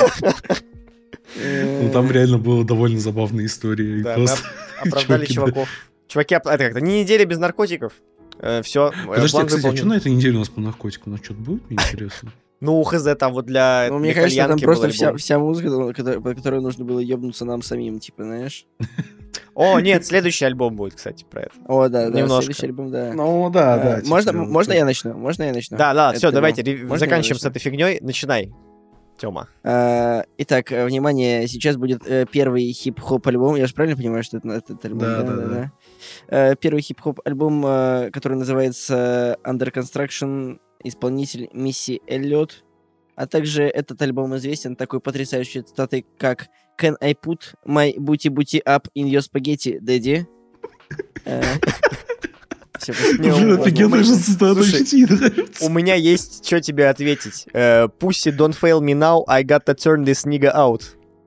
Ну, там реально было довольно забавная история. и Да, мы просто оп- оправдали чуваки, да. чуваков. Чуваки, оп- это как-то не неделя без наркотиков. Все, Подожди, план кстати, а что выполнен. на этой неделе у нас по наркотикам? У нас что-то будет, мне интересно? Ну, хз, там вот для Ну, мне для кажется, там кальянки просто был вся, альбом. вся музыка, ну, которая- под которую нужно было ебнуться нам самим, типа, знаешь? О, нет, следующий альбом будет, кстати, про это. О, да, да, Немножко. следующий альбом, да. Ну, да, А, да. можно, типа, можно вот. я начну? Можно я начну? Да, да, Это все, альбом. давайте ре- Можно я заканчиваем с начну? этой фигней. Начинай, Тёма. А, Итак, э, внимание, сейчас будет э, первый хип-хоп альбом. Я же правильно понимаю, что это этот альбом? Да, да, да. Э, Первый хип-хоп альбом, э, который называется Under Construction, исполнитель Мисси Эллиот. А также этот альбом известен такой потрясающей цитатой, как Can I put my booty booty up in your spaghetti, daddy? Э, всё, Не, Блин, у- офигенная у- же цитата, слушай, очень тебе нравится. У меня есть что тебе ответить. Э, Pussy, don't fail me now, I gotta turn this nigga out.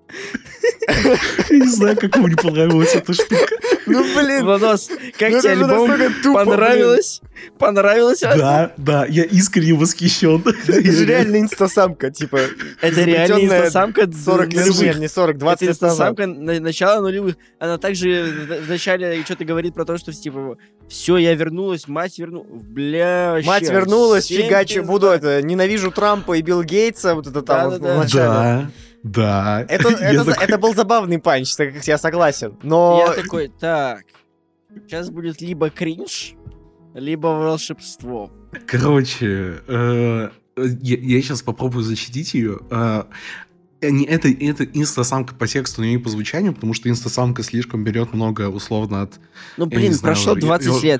Я не знаю, как ему не понравилась эта штука. Ну, блин, Владос, как ну тебе это же альбом? настолько тупо, Понравилось? Понравилось? Да, да, я искренне восхищен. Это же реально инстасамка, типа. Это реально изобретённая инстасамка сорок лет, нулевых. нет, не сорок, двадцать Это лет назад. инстасамка на- начала нулевых. Она также в- вначале что-то говорит про то, что типа все, я вернулась, мать вернулась. Бля, вообще, Мать вернулась, всем фигачу, пизда. буду это, ненавижу Трампа и Билл Гейтса, вот это там вот в Да-да-да. начале. Да, да. Это, Я это, такой, это был забавный панч, так как я согласен. Но Я такой, так, сейчас будет либо кринж, либо волшебство. Короче, э, я, сейчас попробую защитить ее. Э, не- это, это инстасамка по тексту, но не по звучанию, потому что инстасамка слишком берет много условно от... Ну, Я блин, не знаю, прошло я- двадцать я- лет.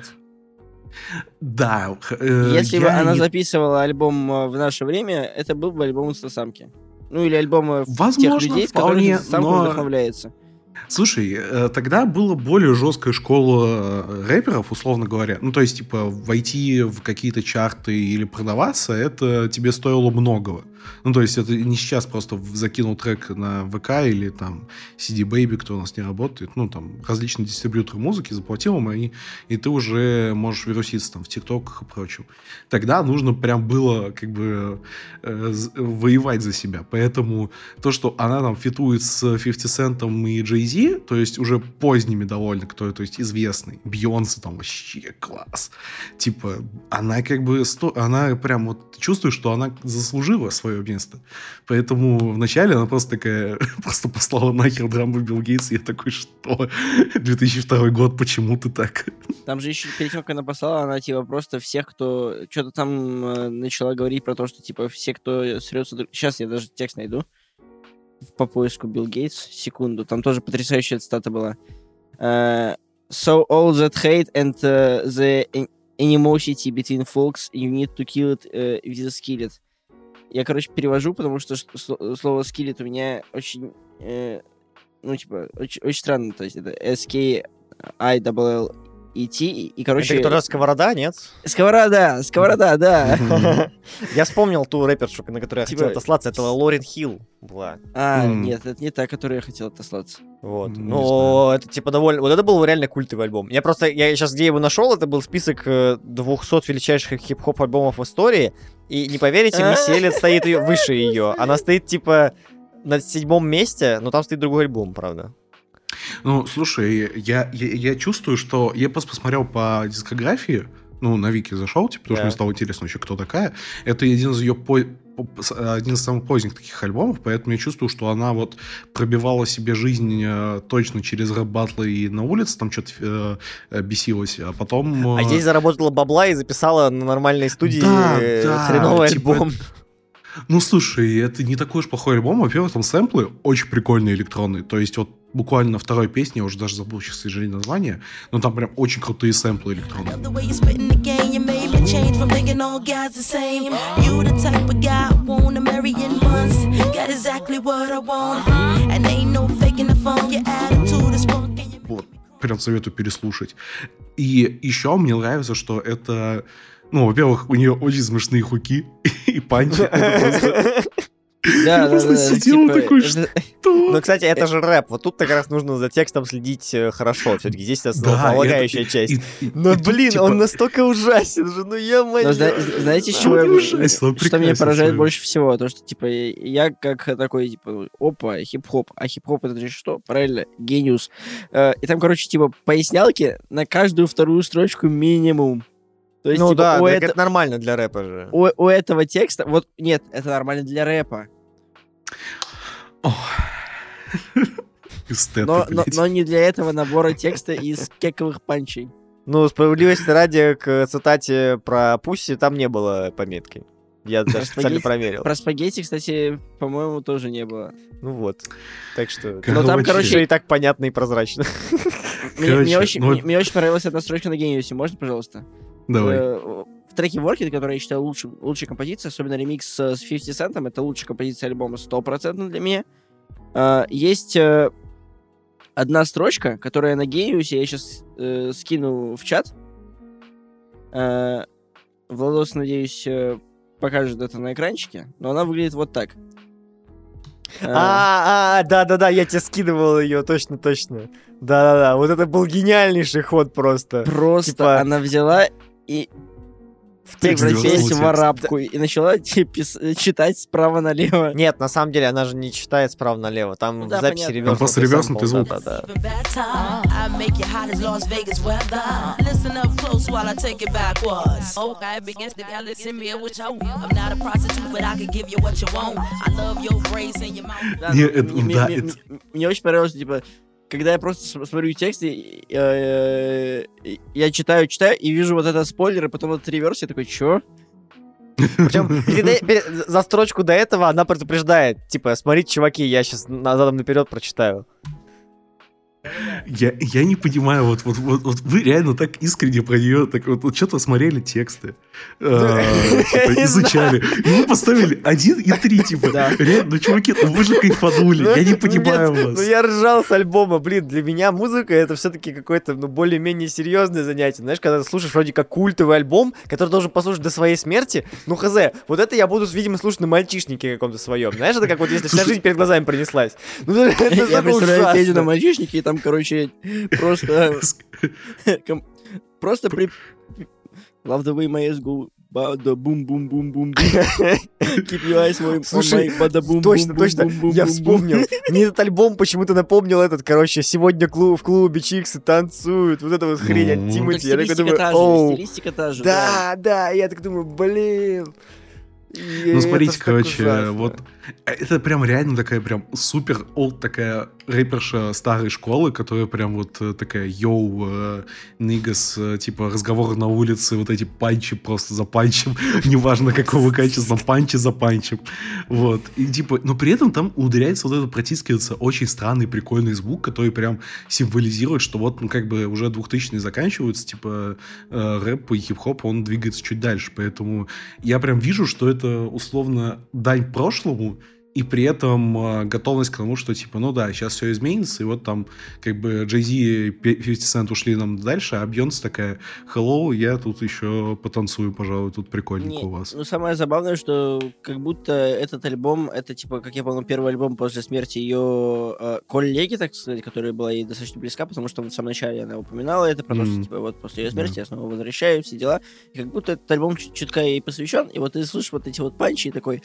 Да. э, Если бы я она не- записывала альбом э, в наше время, это был бы альбом инстасамки. Ну, или альбом э, тех Возможно, людей, с вполне, которыми инстасамка но- вдохновляется. Слушай, э, тогда была более жесткая школа э, рэперов, условно говоря. Ну, то есть, типа, войти в какие-то чарты или продаваться, это тебе стоило многого. Ну, то есть, это не сейчас просто в- закинул трек на ВК или там си ди Baby, кто у нас не работает, ну, там, различные дистрибьюторы музыки, заплатил им, и, и ты уже можешь вируситься там в ТикТоках и прочем. Тогда нужно прям было, как бы, э, з- воевать за себя. Поэтому то, что она там фитует с фифти Центом и Джей Зи, то есть уже поздними довольно, кто, то есть известный, Бейонсе там вообще класс. Типа, она как бы, сто... она прям вот, ты чувствуешь, что она заслужила свое место. Поэтому вначале она просто такая, просто послала нахер драмбу Билл Гейтс, и я такой, что? две тысячи второй год, почему ты так? Там же еще перед тем, как она послала, она типа просто всех, кто что-то там э, начала говорить про то, что типа все, кто срется... друг- Сейчас я даже текст найду по поиску Билл Гейтс. Секунду. Там тоже потрясающая цитата была. Э, So all that hate and uh, the an- animosity between folks, you need to kill it uh, with a skillet. Я, короче, перевожу, потому что ш- сло- слово skillet у меня очень... э, ну, типа, очень, очень странно. То есть это эс кей ай эл эл и ти, и, и, короче... это которая сковорода, нет? Сковорода, сковорода, да. Я вспомнил ту рэпершу, на которую я Типа- хотел отослаться. Это Лорен Хилл была. А, М. нет, это не та, которую я хотел отослаться. Вот. Не Но это типа довольно... Вот это был реально культовый альбом. Я просто... Я сейчас где его нашел, это был список э, двухсот величайших хип-хоп альбомов в истории. И не поверите, Мисси Эллиот стоит её- выше ее. Она стоит типа на седьмом месте, но там стоит другой альбом, правда. Ну, слушай, я, я, я чувствую, что... Я просто посмотрел по дискографии, ну, на Вики зашел, типа, потому что Да. мне стало интересно вообще, кто такая. Это один из ее... По... по- один из самых поздних таких альбомов, поэтому я чувствую, что она вот пробивала себе жизнь э, точно через рэп-баттлы и на улице, там что-то э, э, бесилась, а потом... А э, здесь заработала бабла и записала на нормальной студии Да, э, да, хреновый типа, альбом. Ну, слушай, это не такой уж плохой альбом. Во-первых, там сэмплы очень прикольные электронные. То есть вот буквально на второй песне, я уже даже забыл, сейчас, к сожалению, название, но там прям очень крутые сэмплы электронные. The way you spitting the game, you made me change from thinking all guys the same. You the type of guy I want a million months. Got exactly what I want. And ain't no faking the phone. Your attitude is funky. Вот, прям советую переслушать. И еще мне нравится, что это... Ну, во-первых, у нее очень смешные хуки и панчи. Это просто... Да, Я просто сидел такой, что? Ну, кстати, это же рэп. Вот тут как раз нужно за текстом следить э, хорошо. Все-таки здесь основополагающая это- часть. и- и- Но, и тут, блин, типа, он настолько ужасен же, ну ё-моё. Но зна- знаете, с чего Он я- ужасен, он что меня прекрасен поражает своим. больше всего? То, что, типа, я как такой, типа, опа, хип-хоп. А хип-хоп это же что? Правильно, гениус. Э, И там, короче, типа, пояснялки на каждую вторую строчку минимум. То есть, Ну типа, да, у, так это- это нормально для рэпа же. у- у этого текста... Вот, нет, это нормально для рэпа. Эстеты, Но, но, блядь. но не для этого набора текста из кековых панчей. Ну, справедливости ради, к цитате про Пусси там не было пометки. Я даже специально спагетти- проверил. Про спагетти, кстати, по-моему, тоже не было. Ну вот. Так что... Короче. Но там, короче, Все и так понятно и прозрачно. Мне, Короче, мне очень, ну мне, вот- мне очень понравилась эта строчка на Гениусе. Можно, пожалуйста? Давай. Э, В треке Work It, который я считаю лучшим, лучшей композицией, особенно ремикс э, с фифти Cent'ом, это лучшая композиция альбома стопроцентно для меня. Э, Есть э, одна строчка, которая на Гениусе, я сейчас э, скину в чат. Э, Владос, надеюсь, э, покажет это на экранчике, но она выглядит вот так. Э, А, а, да-да-да, я тебе скидывал ее, точно-точно. Да-да-да, вот это был гениальнейший ход просто. Просто типа- она взяла и В текст превратилась текст. в арабку и начала типа, пис- читать справа налево. Нет, на самом деле она же не читает справа налево. Там Ну в да, записи понятно. реверснутый Там просто реверснутый сэмпл, звук. Да-да-да. For bad time, I make you hot as Las Vegas weather. Listen up close while I take it backwards. Okay, begins to y'all listen me what you want. I'm not a prostitute, but I can give you what you want. I love your braids and your mouth. Да, Не, ну, это- мне, да, мне- это- мне- мне очень понравилось, типа, когда я просто с- смотрю тексты, э, э, я читаю, читаю, и вижу вот этот спойлер, и потом этот реверс, я такой, чё? Причем перед- перед- за строчку до этого она предупреждает. Типа, смотрите, чуваки, я сейчас задом наперед прочитаю. Я, я не понимаю, вот, вот, вот, вот вы реально так искренне про нее, так вот, вот что-то смотрели тексты, э, типа, Не изучали, и вы поставили один и три, типа, Да. реально, ну, чуваки, ну вы же кайфанули, я не Ну, понимаю нет, вас. Ну, я ржал с альбома. Блин, для меня музыка — это все-таки какое-то, ну, более-менее серьезное занятие. Знаешь, когда ты слушаешь вроде как культовый альбом, который должен послушать до своей смерти, ну, хз, вот это я буду, видимо, слушать на мальчишнике каком-то своем. Знаешь, это как вот если вся Слушай, жизнь перед глазами пронеслась. Ну, это Я настолько представляю ужасно. Федю на мальчишнике, и там, короче, просто... ком- Просто при... Love the way my ass go, bada boom boom boom boom boom. Keep your eyes on my Слушай, bada boom Точно, boom, точно, boom, boom, я boom, boom. вспомнил. Мне этот альбом почему-то напомнил этот, короче, сегодня клуб, в клубе чиксы танцуют, вот эта вот хрень от Ну. Так Тимати. Я такой стилистика думаю, та же, оу, стилистика та же, да. да, да, я так думаю, блин. И Ну, это смотрите, ж так короче, ужасно. вот это прям реально такая прям супер олд такая рэперша старой школы, которая прям вот э, такая йоу, э, нигас, э, типа разговоры на улице, вот эти панчи просто за панчем, неважно какого качества, панчи за панчем. Вот. И типа, но при этом там ударяется вот это, протискивается очень странный, прикольный звук, который прям символизирует, что вот, ну, как бы уже двухтысячные заканчиваются, типа э, рэп и хип-хоп, он двигается чуть дальше. Поэтому я прям вижу, что это условно дань прошлому, и при этом э, готовность к тому, что типа, ну да, сейчас все изменится, и вот там как бы Jay-Z и фифти Cent ушли нам дальше, а Бейонсе такая, hello, я тут еще потанцую, пожалуй, тут прикольненько Не, у вас. ну, самое забавное, что как будто этот альбом, это, типа, как я помню, первый альбом после смерти ее э, коллеги, так сказать, которая была ей достаточно близка, потому что в самом начале она упоминала это, про то, что, Мгм. типа, вот после ее смерти Да. я снова возвращаюсь, все дела. И как будто этот альбом чуть- чутка ей посвящен, и вот ты слышишь вот эти вот панчи и такой...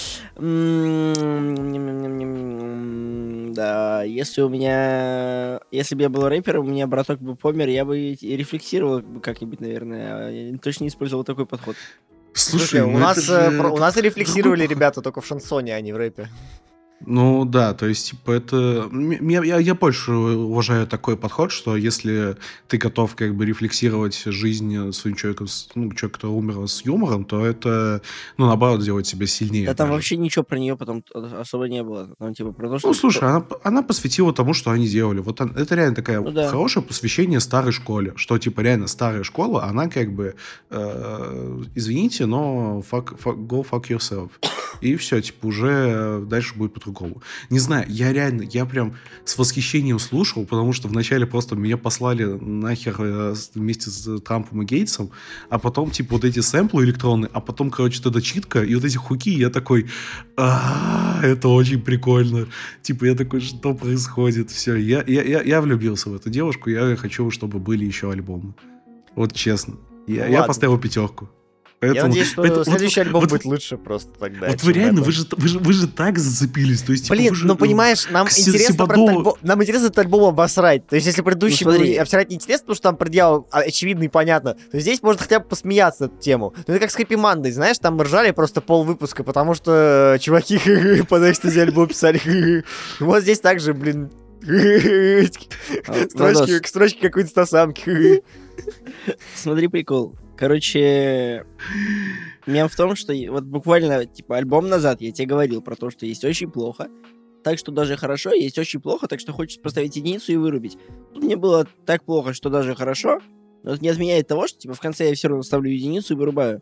«М, Да, если у меня... Если бы я был рэпером, у меня браток бы помер, я бы и рефлексировал бы как-нибудь, наверное. а Я точно не использовал такой подход. Слушай, у ну нас, это э, же про- у нас и рефлексировали другой ребята только в шансоне, а не в рэпе. Ну да, то есть, типа, это... Я, я, я больше уважаю такой подход, что если ты готов как бы рефлексировать жизнь своим человеком, ну, человека, который умер с юмором, то это, ну, наоборот, делает тебя сильнее. Да там даже вообще ничего про нее потом особо не было. Там, типа, про то, что... Ну, слушай, она, она посвятила тому, что они делали. Вот он, это реально такая ну, да. хорошее посвящение старой школе, что, типа, реально старая школа, она как бы, э, извините, но fuck, fuck, go fuck yourself. И все, типа, уже дальше будет по-другому. Не знаю, я реально, я прям с восхищением слушал, потому что вначале просто меня послали нахер э, вместе с Трампом и Гейтсом, а потом, типа, вот эти сэмплы электронные, а потом, короче, вот эта читка, и вот эти хуки, я такой, а это очень прикольно. Типа, я такой, что происходит? Все, я, я, я, я влюбился в эту девушку, я хочу, чтобы были еще альбомы. Вот честно. Я, ну, я поставил пятерку. Поэтому, я надеюсь, что поэтому, следующий вот, альбом вот, будет лучше просто тогда. Вот вы реально, вы же, вы, же, вы же так зацепились. То есть, блин, типа, же, ну понимаешь, нам интересно, про альбом, нам интересно этот альбом обосрать. То есть если предыдущий ну, был обсирать неинтересно, потому что там предъяв очевидно и понятно, то здесь можно хотя бы посмеяться на эту тему. Ну это как с Хэппи Мандой, знаешь, там мы ржали просто пол выпуска, потому что чуваки под экстази альбом писали. Вот здесь также, блин, строчки, строчки какой-то стасамки. Смотри, прикол. Короче, мем в том, что вот буквально, типа, альбом назад я тебе говорил про то, что есть очень плохо, так что даже хорошо, есть очень плохо, так что хочешь поставить единицу и вырубить. Тут мне было так плохо, что даже хорошо, но это не отменяет того, что, типа, в конце я все равно ставлю единицу и вырубаю.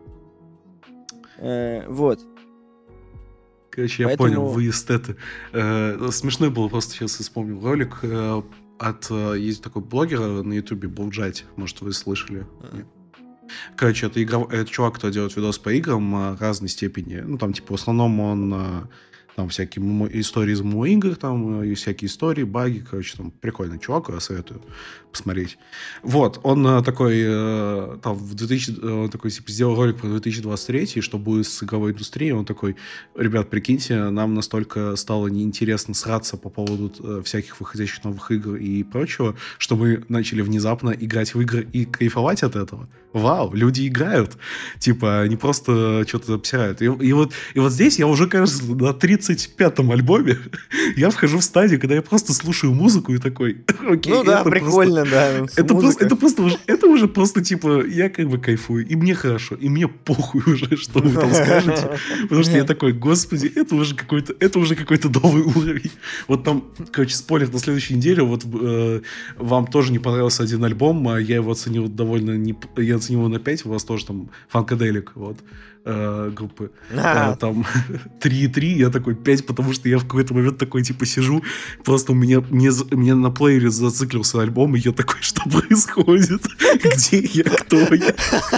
Э, вот. Короче, я Поэтому... понял, вы эстеты. Э, смешной был, просто сейчас вспомнил ролик э, от... Э, есть такой блогер на ютубе, Булджати, может, вы слышали? Mm-hmm. Короче, это, игров... это чувак, кто делает видос по играм разной степени. Ну, там, типа, в основном он... Там всякие мо- истории из мо-игр, там и всякие истории, баги, короче, там прикольный чувак, я советую посмотреть. Вот, он э, такой, э, там, в двухтысячном, он такой, типа, сделал ролик про две тысячи двадцать третий, что будет с игровой индустрией, он такой, ребят, прикиньте, нам настолько стало неинтересно сраться по поводу э, всяких выходящих новых игр и прочего, что мы начали внезапно играть в игры и кайфовать от этого. Вау, люди играют, типа, они просто что-то обсирают. И, и, вот, и вот здесь я уже, кажется, на тридцать пятом альбоме я вхожу в стадию, когда я просто слушаю музыку и такой, окей, ну да, прикольно, просто, да. Это просто, это, просто уже, это уже просто, типа, я как бы кайфую, и мне хорошо, и мне похуй уже, что вы там скажете, потому что я такой, господи, это уже какой-то, это уже какой-то новый уровень. Вот там, короче, спойлер, на следующей неделе, вот э, вам тоже не понравился один альбом, а я его оценил довольно, не, я оценил его на пять, у вас тоже там Funkadelic, вот, э, группы, э, там три и три, я такой пять, потому что я в какой-то момент такой, типа, сижу, просто у меня, мне, мне на плеере зациклился альбом, и я такой, что происходит? Где я? Кто я?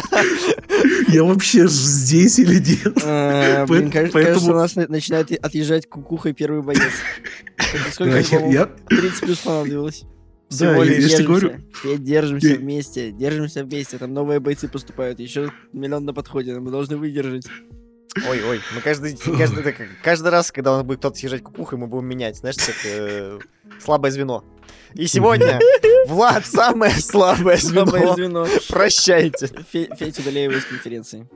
Я вообще здесь или нет? Блин, кажется, у нас начинает отъезжать кукухой первый боец. Сколько альбомов? тридцать плюс понадобилось. Да, я, я же говорю. Держимся я... вместе, держимся вместе. Там новые бойцы поступают, еще миллион на подходе, мы должны выдержать. Ой-ой, мы каждый, каждый, так, каждый раз, когда он будет кто-то съезжать кукухой, мы будем менять, знаешь, как э, слабое звено. И сегодня Влад самое слабое звено. Слабое звено. Прощайте. Федь удаляю его из конференции.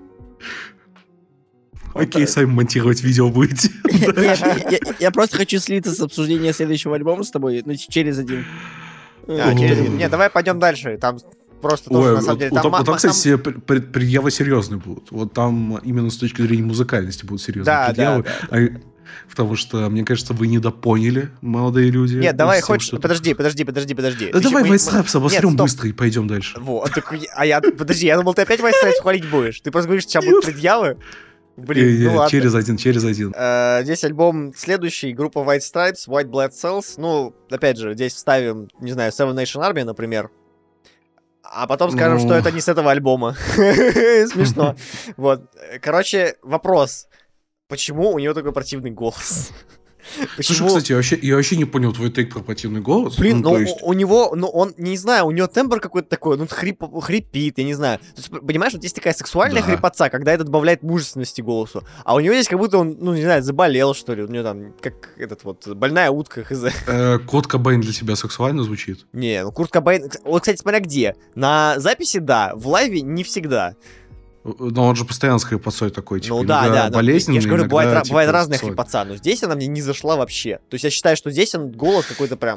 Окей, сами монтировать видео будете. Я просто хочу слиться с обсуждения следующего альбома с тобой, ну, через один. А, через один. Не, давай пойдем дальше. Там просто тоже, Ой, на самом деле... Вот там, там, там, кстати, там... предъявы серьезные будут. Вот там именно с точки зрения музыкальности будут серьезные да, предъявы. Да, да, да. Потому что, мне кажется, вы недопоняли, молодые люди. Нет, давай, хочешь... Тем, подожди, подожди, подожди, подожди. Да давай White Stripes обосрем быстро и пойдем дальше. Вот, так, а я... Подожди, я думал, ты опять White Stripes хвалить будешь. Ты просто говоришь, что сейчас будут предъявы. Блин, не, не, ну ладно. Через один, через один. Uh, здесь альбом следующий, группа White Stripes, White Blood Cells. Ну, опять же, здесь вставим, не знаю, Seven Nation Army, например. А потом скажем, ну... что это не с этого альбома. Смешно. Вот. Короче, вопрос. Почему у него такой противный голос? Почему? Слушай, кстати, я вообще, я вообще не понял твой тейк про противный голос. Блин, ну, ну есть... у, у него, ну, он, не знаю, у него тембр какой-то такой, ну, хрип, хрипит, я не знаю. То есть, понимаешь, вот есть такая сексуальная да. хрипотца, когда это добавляет мужественности голосу. А у него здесь как будто он, ну, не знаю, заболел, что ли. У него там, как этот вот, больная утка, хз. Э, Курт Кобейн для тебя сексуально звучит? Не, ну, Курт Кобейн... Вот, кстати, смотря где. На записи, да, в лайве не всегда. Но он же постоянно с хрипотцой такой, типа, ну да, да, болезненный, я же говорю, иногда, бывает, типа, бывает разная соль. хрипотца, но здесь она мне не зашла вообще. То есть я считаю, что здесь он голос какой-то прям...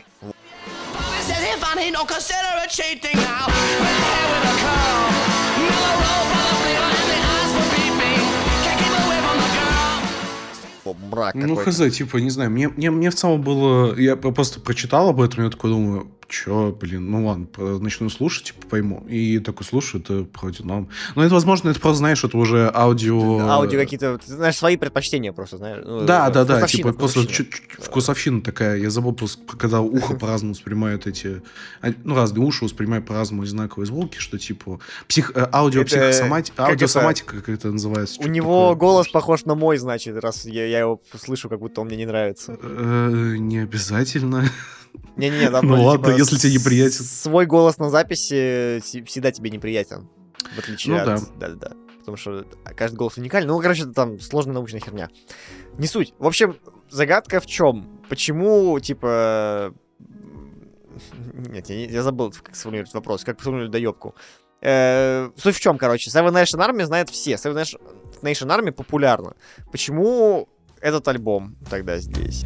Брак ну, хз, типа, не знаю, мне, мне, мне в целом было... Я просто прочитал об этом, и я такой думаю, чё, блин, ну ладно, начну слушать, типа, пойму. И такой слушаю, это вроде нам... Ну, это, возможно, это просто, знаешь, это уже аудио... Аудио какие-то, ты знаешь, свои предпочтения просто, знаешь. Ну, да, да, да, типа, вкусовщина. просто вкусовщина такая. Я забыл просто, когда ухо по-разному воспринимают эти... Ну, разные уши воспринимают по-разному одинаковые звуки, что, типа, псих... аудиопсихосоматика, аудиосоматика, как это называется. У него голос похож на мой, значит, раз я, я его слышу, как будто он мне не нравится. Не обязательно. Не-не-не, там, ну типа, ладно, если тебе неприятен. Свой голос на записи всегда тебе неприятен. В отличие ну, от... да. Да-да-да. Потому что каждый голос уникальный. Ну, короче, это там сложная научная херня. Не суть. В общем, загадка в чем? Почему, типа... Нет, я, я забыл, как сформулировать вопрос. Как сформулировать доебку. Э, суть в чем, короче. Seven Nation Army знает все. Seven Nation Army популярна. Почему этот альбом тогда здесь?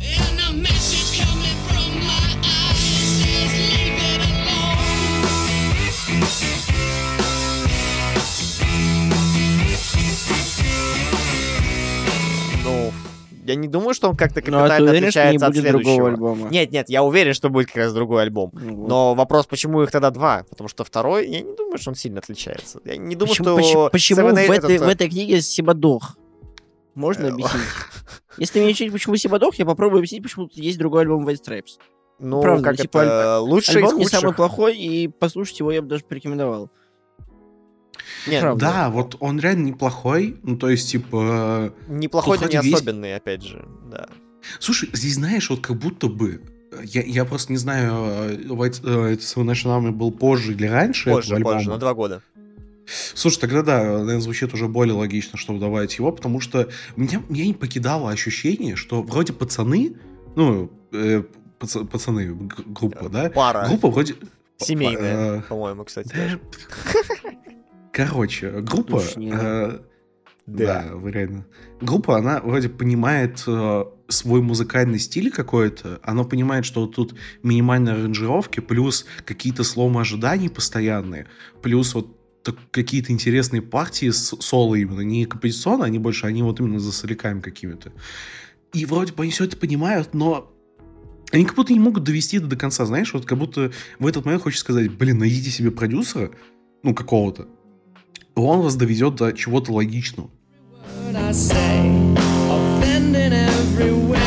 Ну, я не думаю, что он как-то капитально ну, а ты уверен, отличается что не от будет следующего. другого альбома? Нет, нет, я уверен, что будет как раз другой альбом. Ну, вот. Но вопрос, почему их тогда два? Потому что второй, я не думаю, что он сильно отличается. Я не думаю, почему, что... Почему, почему в, этой, этот... в этой книге Сибадох? Можно объяснить? Если мне учить, почему Сибадох, я попробую объяснить, почему тут есть другой альбом White Stripes. Ну, правда, как ну, типа, это... Лучший из альбом не худших. самый плохой, и послушать его я бы даже порекомендовал. Нет, правда. Да, вот он реально неплохой. Ну, то есть, типа... Неплохой, но не весь... особенный, опять же, да. Слушай, здесь, знаешь, вот как будто бы... Я, я просто не знаю, White, uh, Seven Nation Army был позже или раньше Позже, этого позже, альбома. на два года. Слушай, тогда да, наверное, звучит уже более логично, чтобы давать его, потому что меня, меня не покидало ощущение, что вроде пацаны, ну, э, пац, пацаны, г- группа, да? Пара. Группа вроде... Семейная, э, по-моему, кстати. да, короче, группа... Э, да. да, вы реально. Группа, она вроде понимает э, свой музыкальный стиль какой-то, она понимает, что вот тут минимальные аранжировки, плюс какие-то сломы ожиданий постоянные, плюс вот так, какие-то интересные партии с соло именно, не композиционно, они больше, они вот именно за соляками какими-то. И вроде бы они все это понимают, но они как будто не могут довести это до конца, знаешь, вот как будто в этот момент хочется сказать, блин, найдите себе продюсера, ну, какого-то, он вас доведет до чего-то логичного. I say, offending everywhere.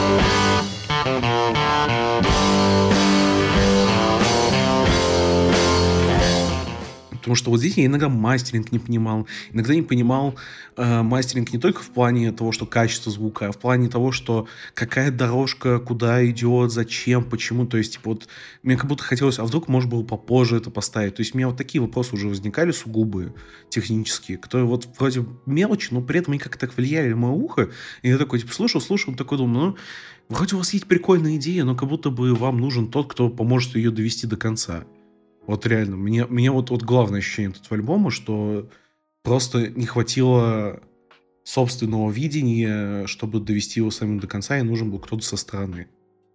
Потому что вот здесь я иногда мастеринг не понимал. Иногда не понимал э, мастеринг не только в плане того, что качество звука, а в плане того, что какая дорожка, куда идет, зачем, почему. То есть, типа, вот мне как будто хотелось, а вдруг можно было попозже это поставить. То есть, у меня вот такие вопросы уже возникали сугубые, технические, которые вот вроде мелочи, но при этом они как-то так влияли на мое ухо. И я такой, типа, слушал, слушал, такой думаю, ну, вроде у вас есть прикольная идея, но как будто бы вам нужен тот, кто поможет ее довести до конца. Вот реально, мне, мне вот, вот главное ощущение этого альбома, что просто не хватило собственного видения, чтобы довести его самим до конца, и нужен был кто-то со стороны.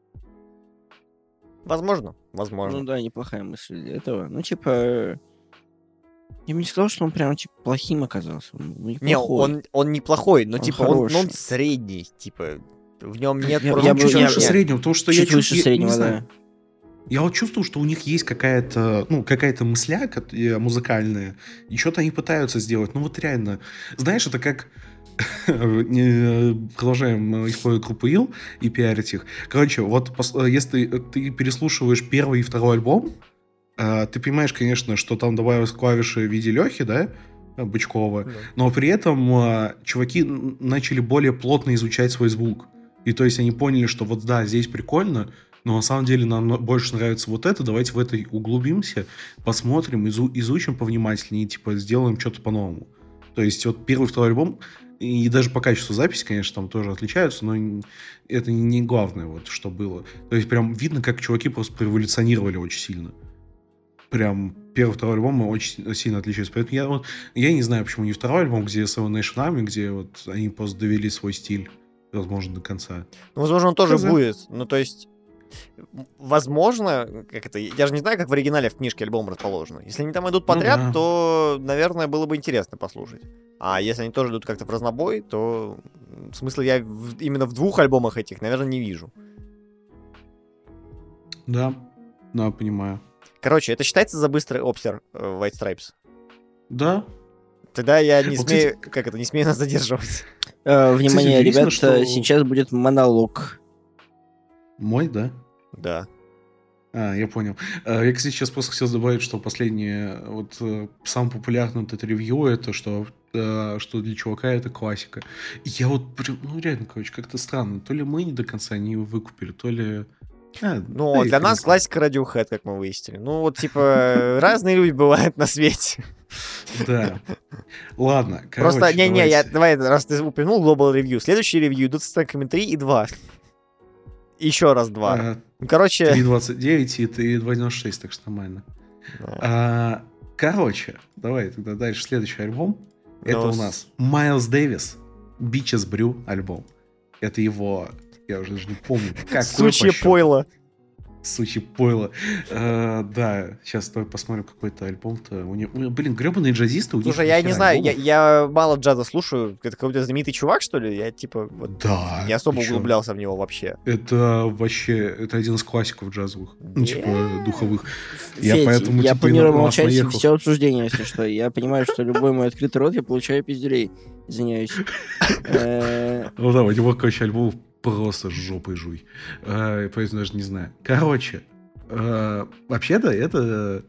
Возможно, возможно. Ну да, неплохая мысль для этого. Ну, типа... Я бы не сказал, что он прям, типа, плохим оказался. Он неплохой. Не, он, он неплохой, но, Он типа, он, хороший. он средний, типа, в нем нет... Я- просто я бы- Чуть я- выше я- среднего, потому что Чуть я выше чувствую, я не среднего, знаю. да. Я вот чувствую, что у них есть какая-то, ну, какая-то мысля ко- э, музыкальная, и что-то они пытаются сделать. Ну, вот реально. Знаешь, это как... Не, Продолжаем использовать группу Ил и пиарить их. Короче, вот пос- если ты переслушиваешь первый и второй альбом, э, ты понимаешь, конечно, что там добавилось клавиши в виде Лехи, да, Бычкова, Да. но при этом э, чуваки н- начали более плотно изучать свой звук. И то есть они поняли, что вот да, здесь прикольно, но на самом деле нам больше нравится вот это, давайте в это углубимся, посмотрим, изу- изучим повнимательнее и типа сделаем что-то по-новому. То есть вот первый, второй альбом, и даже по качеству записи, конечно, там тоже отличаются, но это не главное, вот, что было. То есть прям видно, как чуваки просто эволюционировали очень сильно. Прям первый, второй альбомы очень сильно отличаются. Поэтому я, вот, я не знаю, почему не второй альбом, где Seven Nation Army, где вот они просто довели свой стиль, возможно, до конца. Ну, возможно, он тоже Хз. будет. Ну, то есть, возможно, как это, я же не знаю, как в оригинале в книжке альбом расположено. Если они там идут подряд, Ну да. то, наверное, было бы интересно послушать. А если они тоже идут как-то в разнобой, то смысла я в- именно в двух альбомах этих, наверное, не вижу. Да, да, понимаю. Короче, это считается за быстрый обстер э, White Stripes? Да. Тогда я не Вот, смею, как это, не смею нас задерживать. Э, Внимание, удивительно, ребят, что- сейчас будет монолог. Мой, да? Да. А, я понял. А, Я, кстати, сейчас просто хотел добавить, что последнее, вот э, самое популярное вот это ревью, это что, э, что для чувака это классика. И я вот, прям, ну реально, короче, как-то странно. То ли мы не до конца не выкупили, то ли... А, Ну, да и для хрен нас с ним. классика Radiohead, как мы выяснили. Ну, вот, типа, разные люди бывают на свете. Да. Ладно, Просто, короче, не-не, я, давайте. давай, раз ты упомянул Global Review, следующий ревью идут с оценками три и два. Еще раз два. А, Ну, короче... три двадцать девять и ты два девяносто шесть, так что нормально. да. А, Короче, давай тогда дальше следующий альбом. Это Ну, у с- нас Майлз Дэвис, Bitches Brew альбом. Это его, я уже даже не помню, какой Сучье по счету. пойло. Сучье пойло. А, да, сейчас давай посмотрим какой-то альбом-то. У него, блин, гребаные джазисты. У них Слушай, я не нихера знаю, я, альбомов. я мало джаза слушаю. Это какой-то знаменитый чувак, что ли? Я, типа, вот, Да. не особо ты чё? углублялся в него вообще. Это вообще, это один из классиков джазовых. Ну, типа, Не. духовых. Я Федь, поэтому, я типа, планирую на вас молчать наехал. все обсуждение, если что. Я понимаю, что любой мой открытый рот, я получаю пизделей. Извиняюсь. Э, Ну да, у него, короче, альбом просто жопой жуй. Э, Поэтому даже не знаю. Короче, э, вообще-то это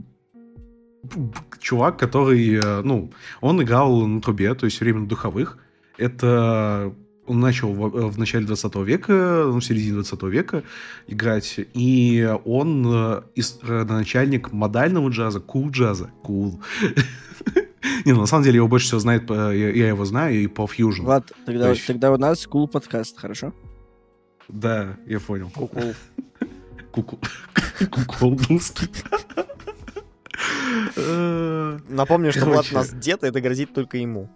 чувак, который, э, ну, он играл на трубе, то есть время духовых. Это он начал в, в начале двадцатого века, ну, в середине двадцатого века играть, и он э, из- родоначальник модального джаза, кул-джаза. Кул. Не, ну, на самом деле его больше всего знает, по- я, я его знаю, и по фьюжн. Влад, тогда, есть- тогда у нас cool подкаст, хорошо? Да, я понял. Ку-ку. Куку. Куколдунский. Э, Напомню, что Влад Короче. у нас дед, и это грозит только ему.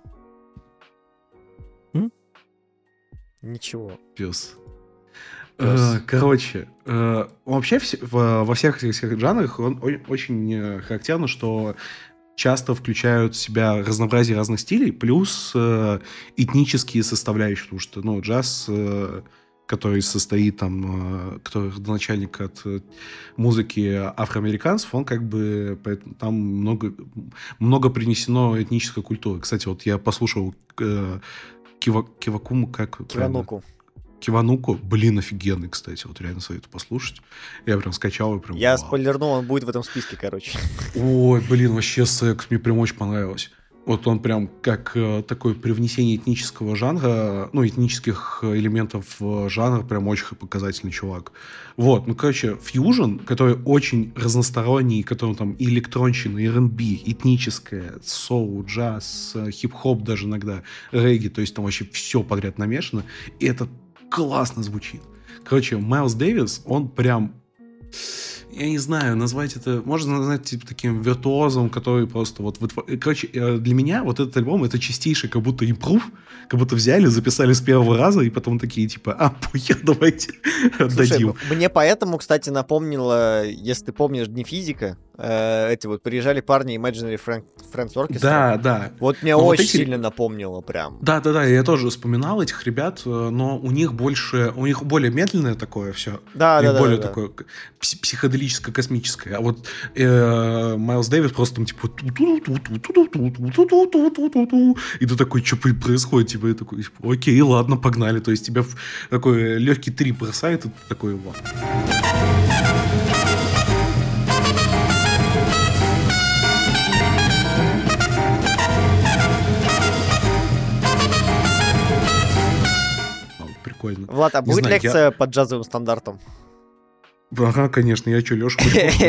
М? Ничего. Пес. Пес. Э, Короче, э, вообще все- во во всех этих всех жанрах он о- очень э, характерно, что часто включают в себя разнообразие разных стилей, плюс э, этнические составляющие, потому что, ну, джаз, э, который состоит там, э, который родоначальник от э, музыки афроамериканцев, он как бы, поэтому там много, много принесено этнической культуры. Кстати, вот я послушал э, Кива, Кивакуму, как правильно? Кивануку. Кивануку, блин, офигенный, кстати, вот реально советую послушать. Я прям скачал и прям... Я вау. спойлернул, он будет в этом списке, короче. Ой, блин, вообще секс, мне прям очень понравилось. Вот он прям как э, такое привнесение этнического жанра, ну, этнических э, элементов в жанр, прям очень показательный чувак. Вот, ну, короче, фьюжн, который очень разносторонний, который там и электронщина, и эр энд би, этническое, соул, джаз, э, хип-хоп даже иногда, регги, то есть там вообще все подряд намешано, и это классно звучит. Короче, Майлз Дэвис, он прям... Я не знаю, назвать это... Можно назвать типа таким виртуозом, который просто вот... вытвор- Короче, э, для меня вот этот альбом это чистейший как будто импрув, как будто взяли, записали с первого раза, и потом такие типа, а, похер, давайте Слушай, отдадим. м- мне поэтому, кстати, напомнило, если ты помнишь Дни физика, э, эти вот приезжали парни Imaginary Friend- Friends Orchestra. Да, да. Вот мне Ну, вот очень эти- сильно напомнило прям. Да, да, да, я тоже вспоминал этих ребят, э, но у них больше, у них более медленное такое все. Да, У них да, да. более да, да. такое к- пси- психоделическое-космическое. А вот э, Майлз Дэвис просто там типа ту-ту-ту-ту-ту-ту-ту-ту-ту-ту-ту-ту. И ты такой, что происходит? Типа, и такой, типа, окей, ладно, погнали. То есть тебя в такой легкий трип бросает, и ты такой, вот. Ну, Прикольно. Влад, а Не будет знаю, я- лекция по джазовым стандартам? Ага, конечно, я что, Леша?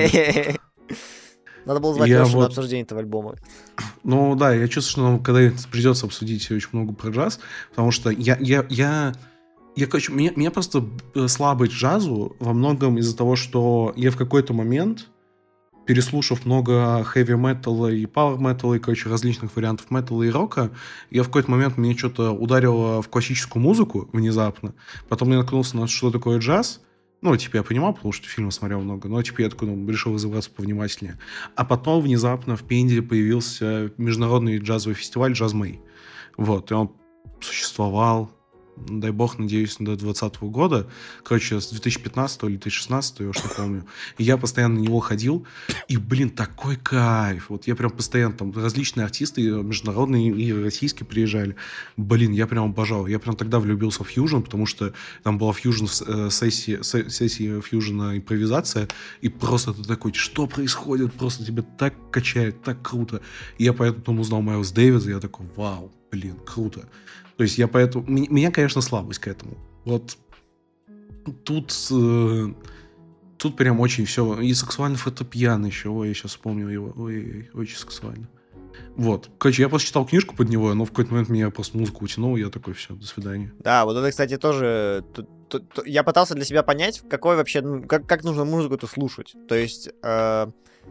Надо было звать Я Лешу на вот- обсуждение этого альбома. Ну да, я чувствую, что нам когда придется обсудить очень много про джаз, потому что я, я, я, я короче, меня, меня просто э, слабость джазу во многом из-за того, что я в какой-то момент переслушав много хэви-металла и пауэр-металла, и, короче, различных вариантов металла и рока, я в какой-то момент меня что-то ударило в классическую музыку внезапно. Потом я наткнулся на что такое джаз. Ну, типа, я понимал, потому что фильмов смотрел много, но, типа, я такой, ну, решил разобраться повнимательнее. А потом внезапно в Пензе появился международный джазовый фестиваль «Джаз Мэй». Вот, и он существовал, дай бог, надеюсь, до двадцатого года. Короче, с две тысячи пятнадцатого или две тысячи шестнадцатого, я уж не помню. И я постоянно на него ходил. И, блин, такой кайф. Вот я прям постоянно, там, различные артисты, международные и российские приезжали. Блин, я прям обожал. Я прям тогда влюбился в фьюжн, потому что там была фьюжн-сессия, сессия фьюжна импровизация. И просто ты такой, что происходит? Просто тебя так качает, так круто. И я поэтому узнал Майлз Дэвиса, и я такой, вау, блин, круто. То есть я поэтому... Меня, конечно, слабость к этому. Вот тут... Э, тут прям очень все... И сексуально фортепиано еще. Ой, я сейчас вспомнил его. Ой, очень сексуально. Вот. Короче, я просто читал книжку под него, но в какой-то момент меня просто музыку утянуло, и я такой, все, до свидания. Да, вот это, кстати, тоже... Я пытался для себя понять, какой вообще... Как, как нужно музыку-то слушать. То есть... Э...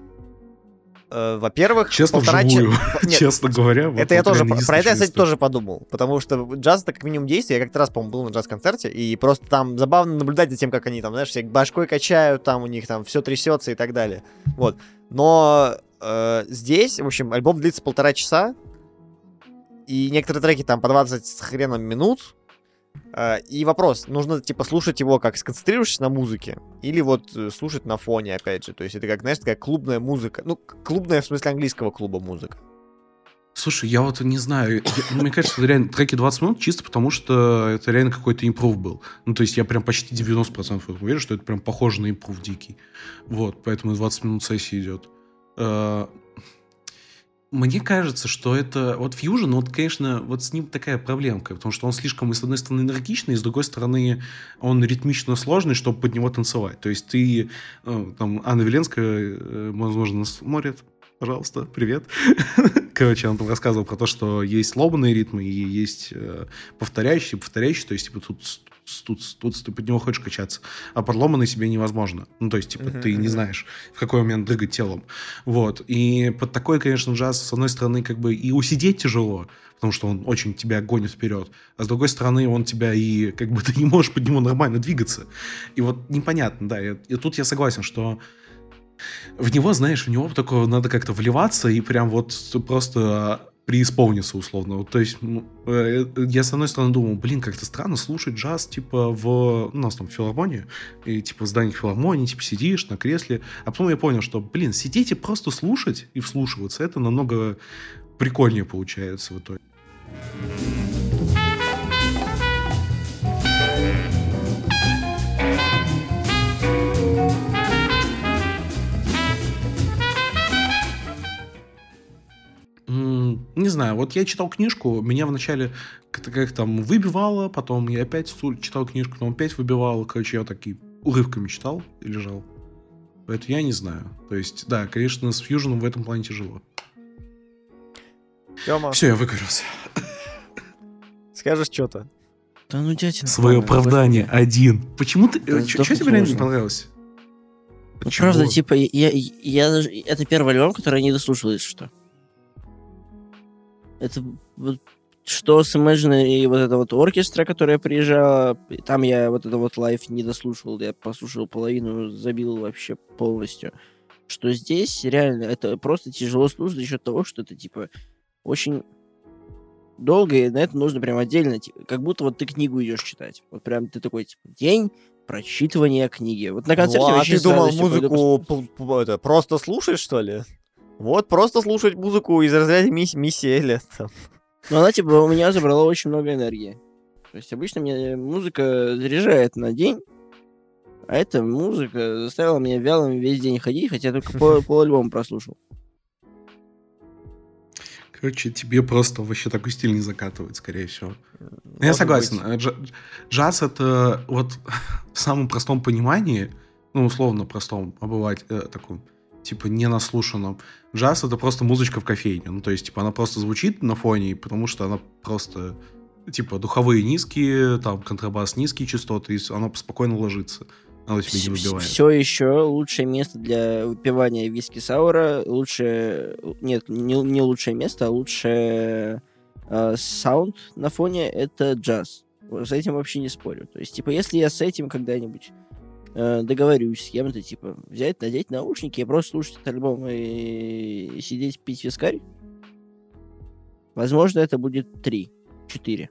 Во-первых, честно, полтора вживую, часа... честно говоря. Это я тоже, про это я, кстати, тоже подумал, потому что джаз — это как минимум действие. Я как-то раз, по-моему, был на джаз-концерте, и просто там забавно наблюдать за тем, как они там, знаешь, все башкой качают, там у них там все трясется и так далее. Вот. Но э, здесь, в общем, альбом длится полтора часа, и некоторые треки там по двадцать с хреном минут. И вопрос, нужно, типа, слушать его как сконцентрировавшись на музыке, или вот слушать на фоне, опять же. То есть это, как, знаешь, такая клубная музыка. Ну, клубная в смысле английского клуба музыка. Слушай, я вот не знаю. Я, мне кажется, это реально треки двадцать минут чисто потому, что это реально какой-то импрув был. Ну, то есть я прям почти девяносто процентов уверен, что это прям похоже на импрув дикий. Вот, поэтому двадцать минут сессии идет. Мне кажется, что это... Вот Fusion, вот, конечно, вот с ним такая проблемка, потому что он слишком, с одной стороны, энергичный, и с другой стороны, он ритмично сложный, чтобы под него танцевать. То есть ты... Ну, там, Анна Веленская, возможно, нас смотрит. Пожалуйста, привет. Короче, он там рассказывал про то, что есть сломанные ритмы и есть э, повторяющие, повторяющие, то есть, типа, тут, тут, тут ты под него хочешь качаться, а подломанный себе невозможно. Ну, то есть, типа, uh-huh, ты uh-huh. не знаешь, в какой момент двигать телом. Вот. И под такой, конечно, джаз, с одной стороны, как бы и усидеть тяжело, потому что он очень тебя гонит вперед, а с другой стороны, он тебя и, как бы, ты не можешь под него нормально двигаться. И вот непонятно, да, и, и тут я согласен, что в него, знаешь, в него такое надо как-то вливаться и прям вот просто преисполниться условно. Вот, то есть я с одной стороны думал, блин, как-то странно слушать джаз типа в... У нас там филармония, и типа в здании филармонии, типа сидишь на кресле. А потом я понял, что, блин, сидеть и просто слушать и вслушиваться, это намного прикольнее получается в итоге. Не знаю, вот я читал книжку, меня вначале как-то как там выбивало, потом я опять читал книжку, потом опять выбивало, короче, я такие урывками читал и лежал. Поэтому я не знаю. То есть, да, конечно, с фьюженом в этом плане тяжело. Тёма. Все, я выкорился. Скажешь что-то. Да ну, дядя. Свое оправдание один. Почему ты... Да, что тебе реально не понравилось? Ну, правда, типа, я, я, я даже... Это первый альбом, который я не дослушал, если что. Это вот, что с Imagine и вот это вот оркестра, которая приезжала, там я вот это вот лайв не дослушал, я послушал половину, забил вообще полностью. Что здесь реально это просто тяжело слушать за счет того, что это типа очень долго, и на это нужно прям отдельно, типа, как будто вот ты книгу идешь читать. Вот прям ты такой, типа, день прочитывания книги. Вот на концерте ну, а вообще ты думал музыку пойду... это, просто слушать, что ли? Вот, просто слушать музыку из разряда мисс- миссии Эллиот. Ну, она, типа, у меня забрала очень много энергии. То есть, обычно мне музыка заряжает на день, а эта музыка заставила меня вялым весь день ходить, хотя я только пол, пол альбома прослушал. Короче, тебе просто вообще такой стиль не закатывает, скорее всего. Может я согласен. Дж- джаз — это вот в самом простом понимании, ну, условно простом, обывать э, таком, типа, не наслушанном. Джаз — это просто музычка в кофейне. Ну, то есть, типа, она просто звучит на фоне, потому что она просто, типа, духовые низкие, там, контрабас низкие частоты, и она спокойно ложится. Оно тебя не выбивает. Все еще лучшее место для выпивания виски саура, лучшее... Нет, не, не лучшее место, а лучшее э, саунд на фоне — это джаз. С этим вообще не спорю. То есть, типа, если я с этим когда-нибудь э, договорюсь с кем-то, типа, взять, надеть наушники и просто слушать этот альбом и, и сидеть пить вискарь, возможно, это будет три, четыре.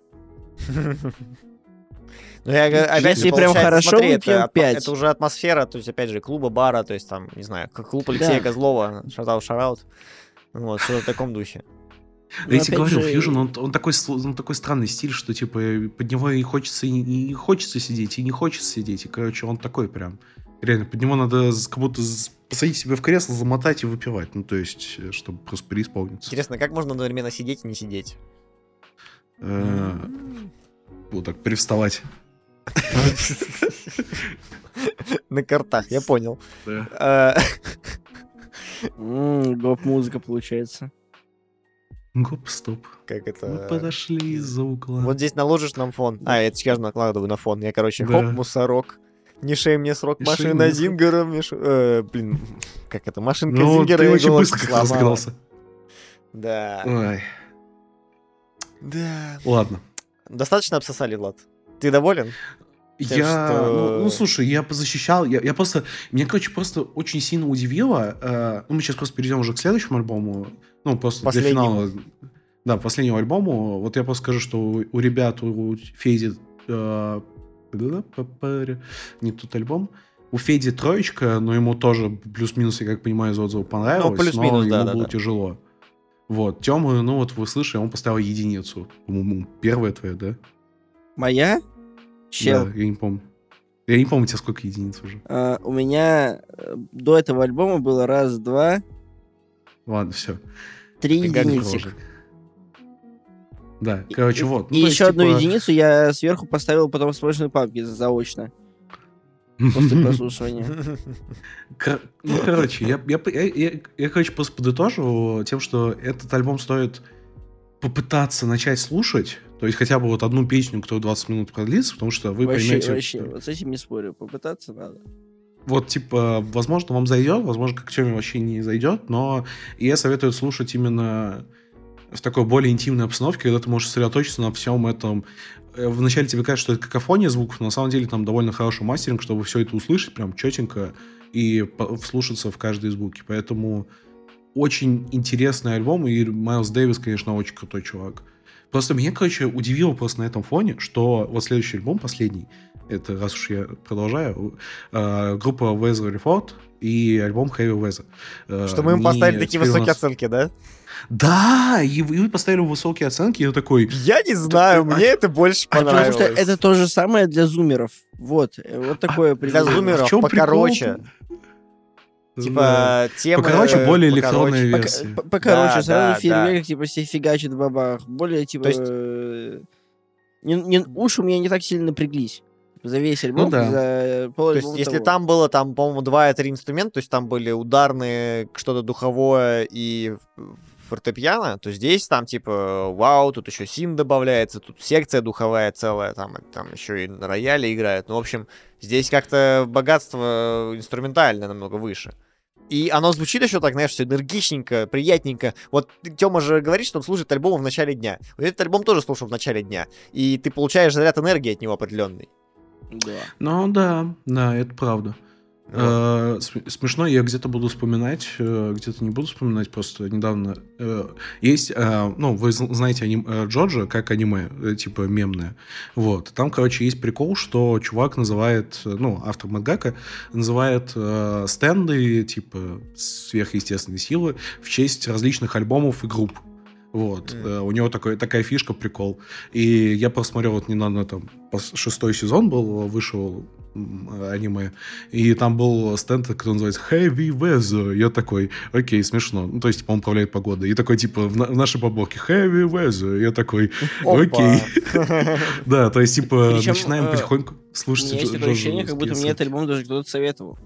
Ну, я, опять Если же, прям хорошо, смотри, выпьем это, пять. это уже атмосфера, то есть, опять же, клуба, бара, то есть, там, не знаю, как клуб Алексея Да. Козлова, шатаут, шараут, вот, что-то в таком духе. Я Но тебе опять говорю, же- фьюжн, он, он, такой, сл- он такой странный стиль, что, типа, под него и хочется, и, и хочется сидеть, и не хочется сидеть. И, короче, он такой прям... Реально, под него надо с- как будто с- посадить себя в кресло, замотать и выпивать. Ну, то есть, э, чтобы просто переисполниться. Интересно, как можно одновременно сидеть и не сидеть? Э, Вот так, привставать. На картах, я понял. Да. Э, М, гоп-музыка получается. Гоп-стоп. Как Мы это... подошли из-за угла. Вот здесь наложишь нам фон. А, это сейчас накладываю на фон. Я, короче, Да. хоп, мусорок. Не шей мне срок, Не шей машина мне срок. Зингера. мне ш- э, Блин, как это? Машинка Ну, Зингера ты и очень голос быстро как сломала. разыгрался. Да. Ой, Да. ладно. Достаточно обсосали, Влад? Ты доволен? Тем, Я, что- ну, ну, слушай, я позащищал, я, я просто, меня, короче, просто очень сильно удивило, э, ну, мы сейчас просто перейдем уже к следующему альбому, ну, просто Последнему. для финала, да, последнему альбому, вот я просто скажу, что у, у ребят, у Феди, э, не тот альбом, у Феди троечка, но ему тоже плюс-минус, я как понимаю, из отзывов понравилось, Ну, плюс-минус, но да, ему да, было да. тяжело. Вот, Тёма, ну, вот вы слышали, он поставил единицу, по-моему, первая твоя, да? Моя? Чел. Да, я не помню. Я не помню, у тебя сколько единиц уже. А, у меня э, до этого альбома было раз, два, Ладно, все. три Ты как единицы. Да, короче, вот. И Ну, то еще есть, одну типа, единицу я сверху поставил потом Splashing Pumpkins заочно, после прослушивания. кор- Ну, короче, я, я, я, я, я, короче, просто подытожу тем, что этот альбом стоит попытаться начать слушать, то есть хотя бы вот одну песню, которая двадцать минут продлится, потому что вы Вообще, поймете... вообще, вот с этим не спорю, попытаться надо. Вот, типа, возможно, вам зайдет, возможно, как Тёме вообще не зайдет, но я советую слушать именно в такой более интимной обстановке, когда ты можешь сосредоточиться на всем этом. Э, Вначале тебе кажется, что это какофония звуков, но на самом деле там довольно хороший мастеринг, чтобы все это услышать прям четенько и по- вслушаться в каждые звуки. Поэтому очень интересный альбом, и Майлз Дэвис, конечно, очень крутой чувак. Просто меня, короче, удивило просто на этом фоне, что вот следующий альбом, последний, это, раз уж я продолжаю, э, группа Weather Report и альбом Heavy Weather. Э, Что мы им они поставили такие теперь у высокие нас- оценки, да? Да, и вы, и вы поставили высокие оценки, и я такой... Я не знаю, мне это больше Потому понравилось. что это то же самое для зумеров. Вот, э, вот такое Для определение. зумеров в чём покороче. прикол-то? Да. Типа, тема... Покороче, э, более покороче. электронная Пока- версия. по- Покороче, Да, сразу да, фейерверк, типа, себе фигачит в бабах. Более, типа... То есть- э, не, не, уши у меня не так сильно напряглись. За весь альбом, Ну да. за пол То есть, альбома если того. там было, там, по-моему, два и три инструмента, то есть там были ударные, что-то духовое и фортепиано, то здесь там, типа, вау, тут еще син добавляется, тут секция духовая целая, там, там еще и на рояле играют. Ну, в общем, здесь как-то богатство инструментальное намного выше. И оно звучит еще так, знаешь, все энергичненько, приятненько. Вот Тёма же говорит, что он слушает альбом в начале дня. Вот этот альбом тоже слушал в начале дня. И ты получаешь заряд энергии от него определенный. Да. Ну да, да, это правда. Э, см- Смешно, я где-то буду вспоминать, э, где-то не буду вспоминать, просто недавно э, есть, э, ну, вы зн- знаете аним- э, Джоджо как аниме, э, типа мемное, вот, там, короче, есть прикол, что чувак называет, э, ну, автор мангака называет э, стенды, типа, сверхъестественной силы в честь различных альбомов и групп. Вот. Мгм. Э, У него такой, такая фишка, прикол. И я посмотрел, вот недавно там пос- шестой сезон был, вышел м, аниме, и там был стенд, который называется Heavy Weather. Я такой, окей, смешно. Ну, то есть, типа, он управляет погодой. И такой, типа, в, на- в нашей подборке Heavy Weather. Я такой, окей. Да, то есть, типа, Причем, начинаем э, потихоньку У слушать меня есть Джо- такое Джоджо ощущение, как будто русские мне этот оценки. альбом даже кто-то советовал.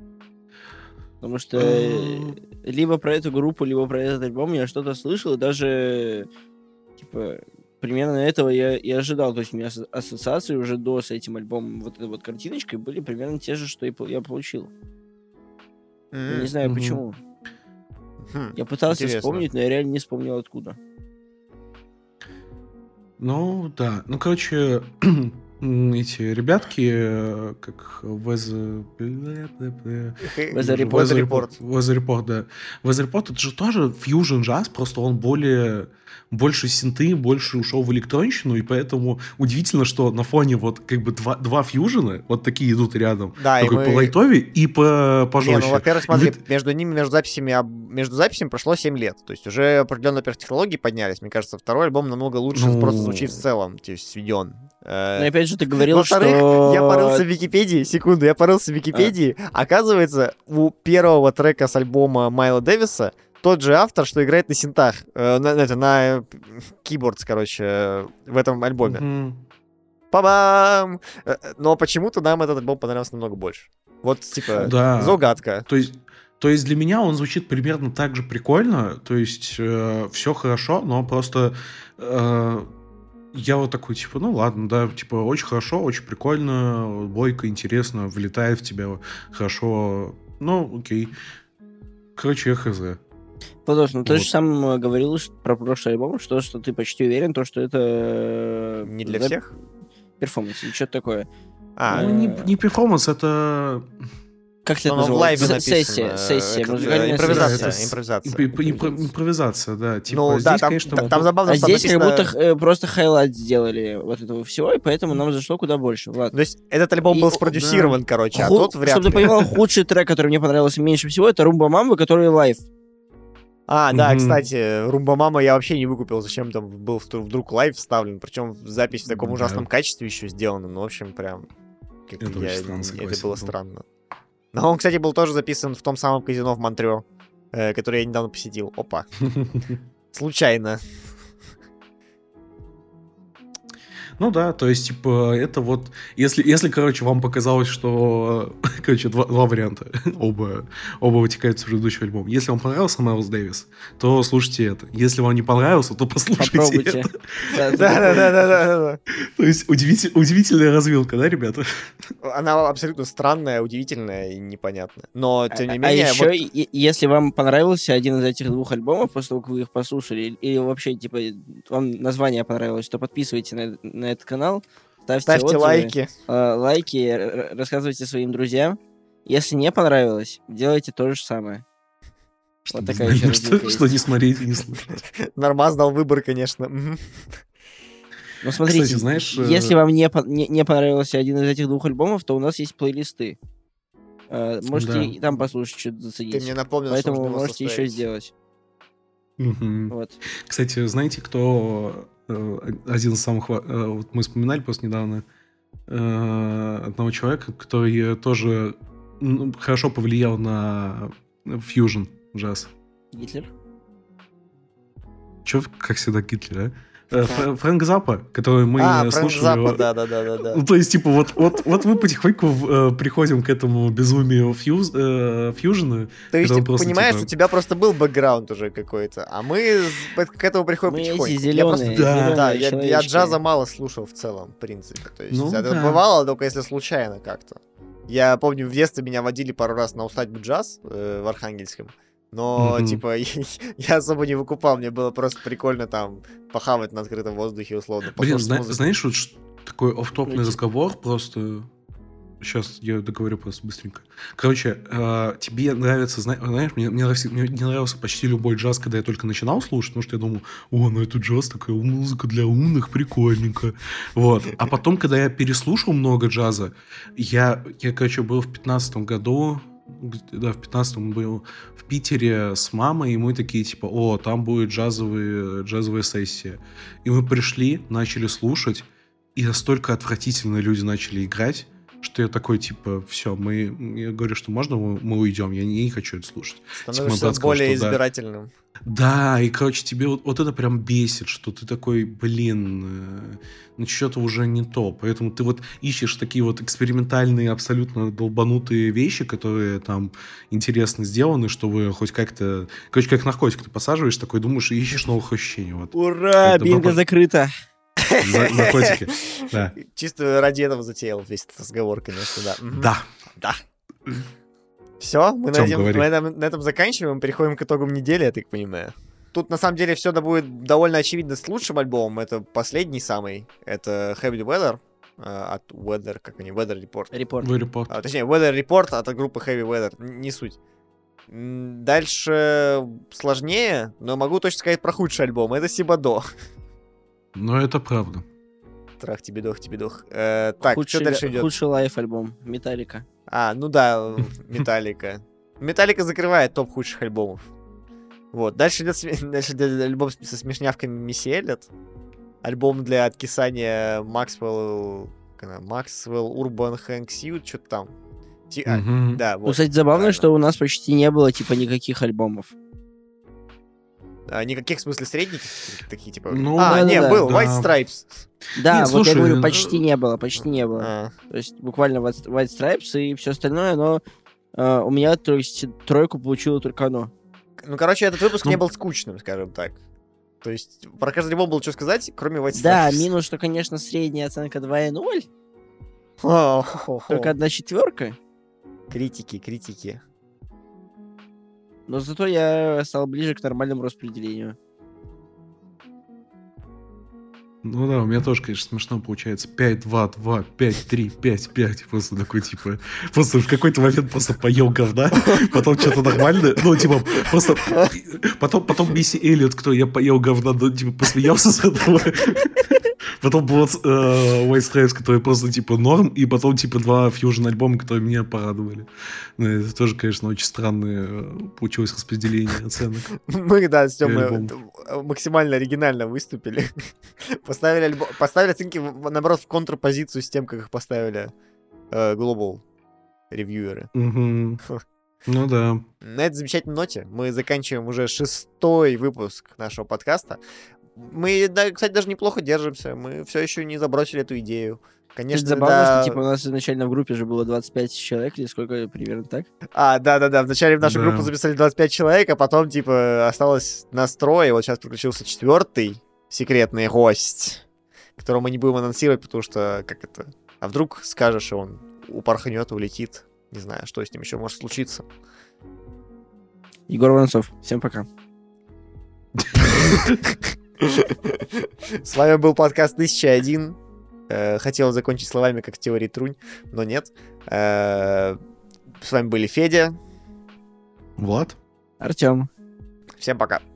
Потому что э, либо про эту группу, либо про этот альбом я что-то слышал, и даже, типа, примерно этого я и ожидал. То есть у меня ассоциации уже до с этим альбомом, вот этой вот картиночкой, были примерно те же, что и я получил. Mm-hmm. Я не знаю, mm-hmm. почему. Mm-hmm. Я пытался Интересно. вспомнить, но я реально не вспомнил откуда. Ну, да. Ну, короче, эти ребятки, как Weather Report, Weather Report, да. Weather Report, это же тоже фьюжн джаз, просто он более... больше синты, больше ушел в электронщину, и поэтому удивительно, что на фоне вот как бы два, два фьюжена вот такие идут рядом. Да, такой мы... по лайтове и по пожестче. Не, ну, во-первых, смотри, вы... между ними, между записями, между записями прошло семь лет. То есть уже определенно, во-первых, технологии поднялись. Мне кажется, второй альбом намного лучше ну... просто звучит в целом, то есть сведен. Ну, опять же, ты говорил, Во-вторых, что... я порылся в Википедии, секунду, я порылся в Википедии. А. Оказывается, у первого трека с альбома Майла Дэвиса тот же автор, что играет на синтах, э, на, на, на keyboards, короче, э, в этом альбоме. Mm-hmm. Па-бам! Э, но почему-то нам этот альбом понравился намного больше. Вот, типа, да. загадка. То есть, то есть для меня он звучит примерно так же прикольно, то есть э, все хорошо, но просто э, я вот такой, типа, ну ладно, да, типа, очень хорошо, очень прикольно, бойко, интересно, влетает в тебя хорошо, ну, окей. Короче, я хз. Подожди, ну ты вот. же сам говорил про прошлый альбом, что, что ты почти уверен, то, что это... Не для да, всех? Перформанс или что-то такое. А, ну, не, не перформанс, это... Как это называется? Сессия, сессия, импровизация. Импровизация, импровизация, да. Типа, ну, здесь, да, там, конечно... Там, там забавно, а здесь написано... как будто э, просто хайлайт сделали вот этого всего, и поэтому нам зашло куда больше. Ладно. То есть этот альбом и, был спродюсирован, да. короче, а Ху... тот вряд Чтобы ли. ты понимал, худший трек, который мне понравился меньше всего, это «Румба Мамба», который лайв. А, да, mm-hmm. кстати, «Румба Мама» я вообще не выкупил, зачем там был вдруг лайв вставлен, причем запись в таком ужасном да. качестве еще сделана, ну, в общем, прям... Это, я, странно, это было странно. Но он, кстати, был тоже записан в том самом казино в Монтрео, э, которое я недавно посетил. Опа. Случайно. Ну да, то есть, типа, это вот... Если, если короче, вам показалось, что... Короче, два, два варианта. оба, оба вытекают из предыдущего альбома. Если вам понравился Майлз Дэвис, то слушайте это. Если вам не понравился, то послушайте Попробуйте. это. Да-да-да. То есть, удивитель, удивительная развилка, да, ребята? Она абсолютно странная, удивительная и непонятная. Но, тем не менее... А еще, вот... и, если вам понравился один из этих двух альбомов, после того, как вы их послушали, или вообще, типа, вам название понравилось, то подписывайтесь на, на этот канал, ставьте, ставьте отзывы, лайки, э, лайки, р- рассказывайте своим друзьям. Если не понравилось, делайте то же самое. Что, вот такая еще что, что не смотреть и не слушать. Нормас дал выбор, конечно. Ну, смотрите, кстати, знаешь, если вам не, не, не понравился один из этих двух альбомов, то у нас есть плейлисты. Э, можете да. и там послушать, что-то заценить. Ты мне напомнил, поэтому что можете еще сделать. Угу. Вот. Кстати, знаете, кто... Один из самых... Вот мы вспоминали просто недавно одного человека, который тоже ну, хорошо повлиял на фьюжн джаз. Гитлер? Че, как всегда, Гитлер, а? Фрэнк Заппа, который мы а, слушали. Фрэнк Заппа, да-да-да. Ну, то есть, типа, вот, вот, вот мы потихоньку э, приходим к этому безумию фьюз, э, фьюжна. То есть, ты просто, понимаешь, типа... у тебя просто был бэкграунд уже какой-то, а мы к этому приходим мы потихоньку. Эти зеленые, я просто, да, да я, я джаза мало слушал в целом, в принципе. То есть, ну, это да. бывало только если случайно как-то. Я помню, в детстве меня водили пару раз на усадьбу джаз э, в Архангельском. Но, mm-hmm. типа, я, я особо не выкупал, мне было просто прикольно там похавать на открытом воздухе, условно. Блин, зна- знаешь, вот такой офф-топный Видите? разговор просто... Сейчас я договорю просто быстренько. Короче, э, тебе нравится, знаешь, мне, мне, нравится, мне не нравился почти любой джаз, когда я только начинал слушать, потому что я думал, о, ну это джаз, такая музыка для умных, прикольненько. Вот. А потом, когда я переслушал много джаза, я, я короче, был в пятнадцатом году... Да, в пятнадцатом был в Питере с мамой, и мы такие, типа, о, там будет джазовые, джазовая сессия. И мы пришли, начали слушать, и настолько отвратительно люди начали играть, что я такой, типа, все, мы... Я говорю, что можно, мы, мы уйдем, я не, не хочу это слушать. Становишься типа, более сказал, избирательным. Да, Да, и, короче, тебе вот, вот это прям бесит, что ты такой, блин, э, ну что-то уже не то. Поэтому ты вот ищешь такие вот экспериментальные, абсолютно долбанутые вещи, которые там интересно сделаны, чтобы хоть как-то... Короче, как наркотик ты посаживаешь, такой думаешь и ищешь новых ощущений. Вот. Ура, Это бинго баба- закрыто. За- Наркотики. Да. Чисто ради этого затеял весь этот разговор, конечно, да. Мгм. Да. Да. Все, мы на Тём, этом, говори. на, этом, на этом заканчиваем, переходим к итогам недели, я так понимаю. Тут, на самом деле, все будет довольно очевидно с лучшим альбомом. Это последний самый. Это Heavy Weather э, от Weather, как они, Weather Report. Репорт. Вы репорт. А, точнее, Weather Report от группы Heavy Weather. Н- Не суть. М, Дальше сложнее, но могу точно сказать про худший альбом. Это Сибадо. Но это правда. Трах, тебедох, тебедох. Э, так, что Худший, дальше идет? худший лайф-альбом. Металлика. А, ну да, Металлика. Металлика закрывает топ худших альбомов. Вот. Дальше идет, сме- дальше идет альбом с- со смешнявками Мисси Эллиот. Альбом для откисания Максвелл... как она, Максвелл Урбан Хэнк Сьют, что-то там. Ти- а, Мгм. да, Ну, вот. кстати, забавно, правильно. что у нас почти не было, типа, никаких альбомов. А, никаких, в смысле, средних такие, типа... Ну, а, да-да-да. не, был, Да. White Stripes. Да, Нет, вот слушай, я говорю, э, почти не было, почти не было. А, То есть буквально White White Stripes и все остальное, но э, у меня, то есть, тройку получило только оно. ну, короче, этот выпуск Ну. не был скучным, скажем так. То есть, про каждый альбом было что сказать, кроме White Stripes. Да, минус, что, конечно, средняя оценка два и ноль, Хо-хо-хо. только одна четверка. Критики, критики. Но зато я стал ближе к нормальному распределению. Ну да, у меня тоже, конечно, смешно получается. пять, два, два, пять, три, пять, пять. Просто такой, типа... Просто в какой-то момент просто поел говна, потом что-то нормальное. Ну, типа, просто... Потом, потом Мисси Эллиот, кто я поел говна, ну, типа, посмеялся с этого. Потом был вот, э, White Stripes, который просто, типа, норм. И потом, типа, два фьюжн-альбома, которые меня порадовали. Ну, это тоже, конечно, очень странное э, получилось распределение оценок. Мы, да, с Тёмой альбом. максимально оригинально выступили. Поставили, альбом, поставили оценки, в- наоборот, в контрпозицию с тем, как их поставили э, Global ревьюеры. Мгм. Ну да. На этой замечательной ноте мы заканчиваем уже шестой выпуск нашего подкаста. Мы, да, кстати, даже неплохо держимся. Мы все еще не забросили эту идею. Конечно, Конечно, забавно, да... что, типа, у нас изначально в группе же было двадцать пять человек, или сколько примерно так? А, да-да-да, вначале в нашу Да. группу записали двадцать пять человек, а потом, типа, осталось нас трое, и вот сейчас подключился четвертый секретный гость, которого мы не будем анонсировать, потому что, как это... А вдруг скажешь, и он упорхнет, улетит. Не знаю, что с ним еще может случиться. Егор Воронцов. Всем пока. С вами был подкаст тысяча один. Э, Хотел закончить словами, как в теории Трунь, но нет. Э, С вами были Федя. Влад? Артем. Всем пока.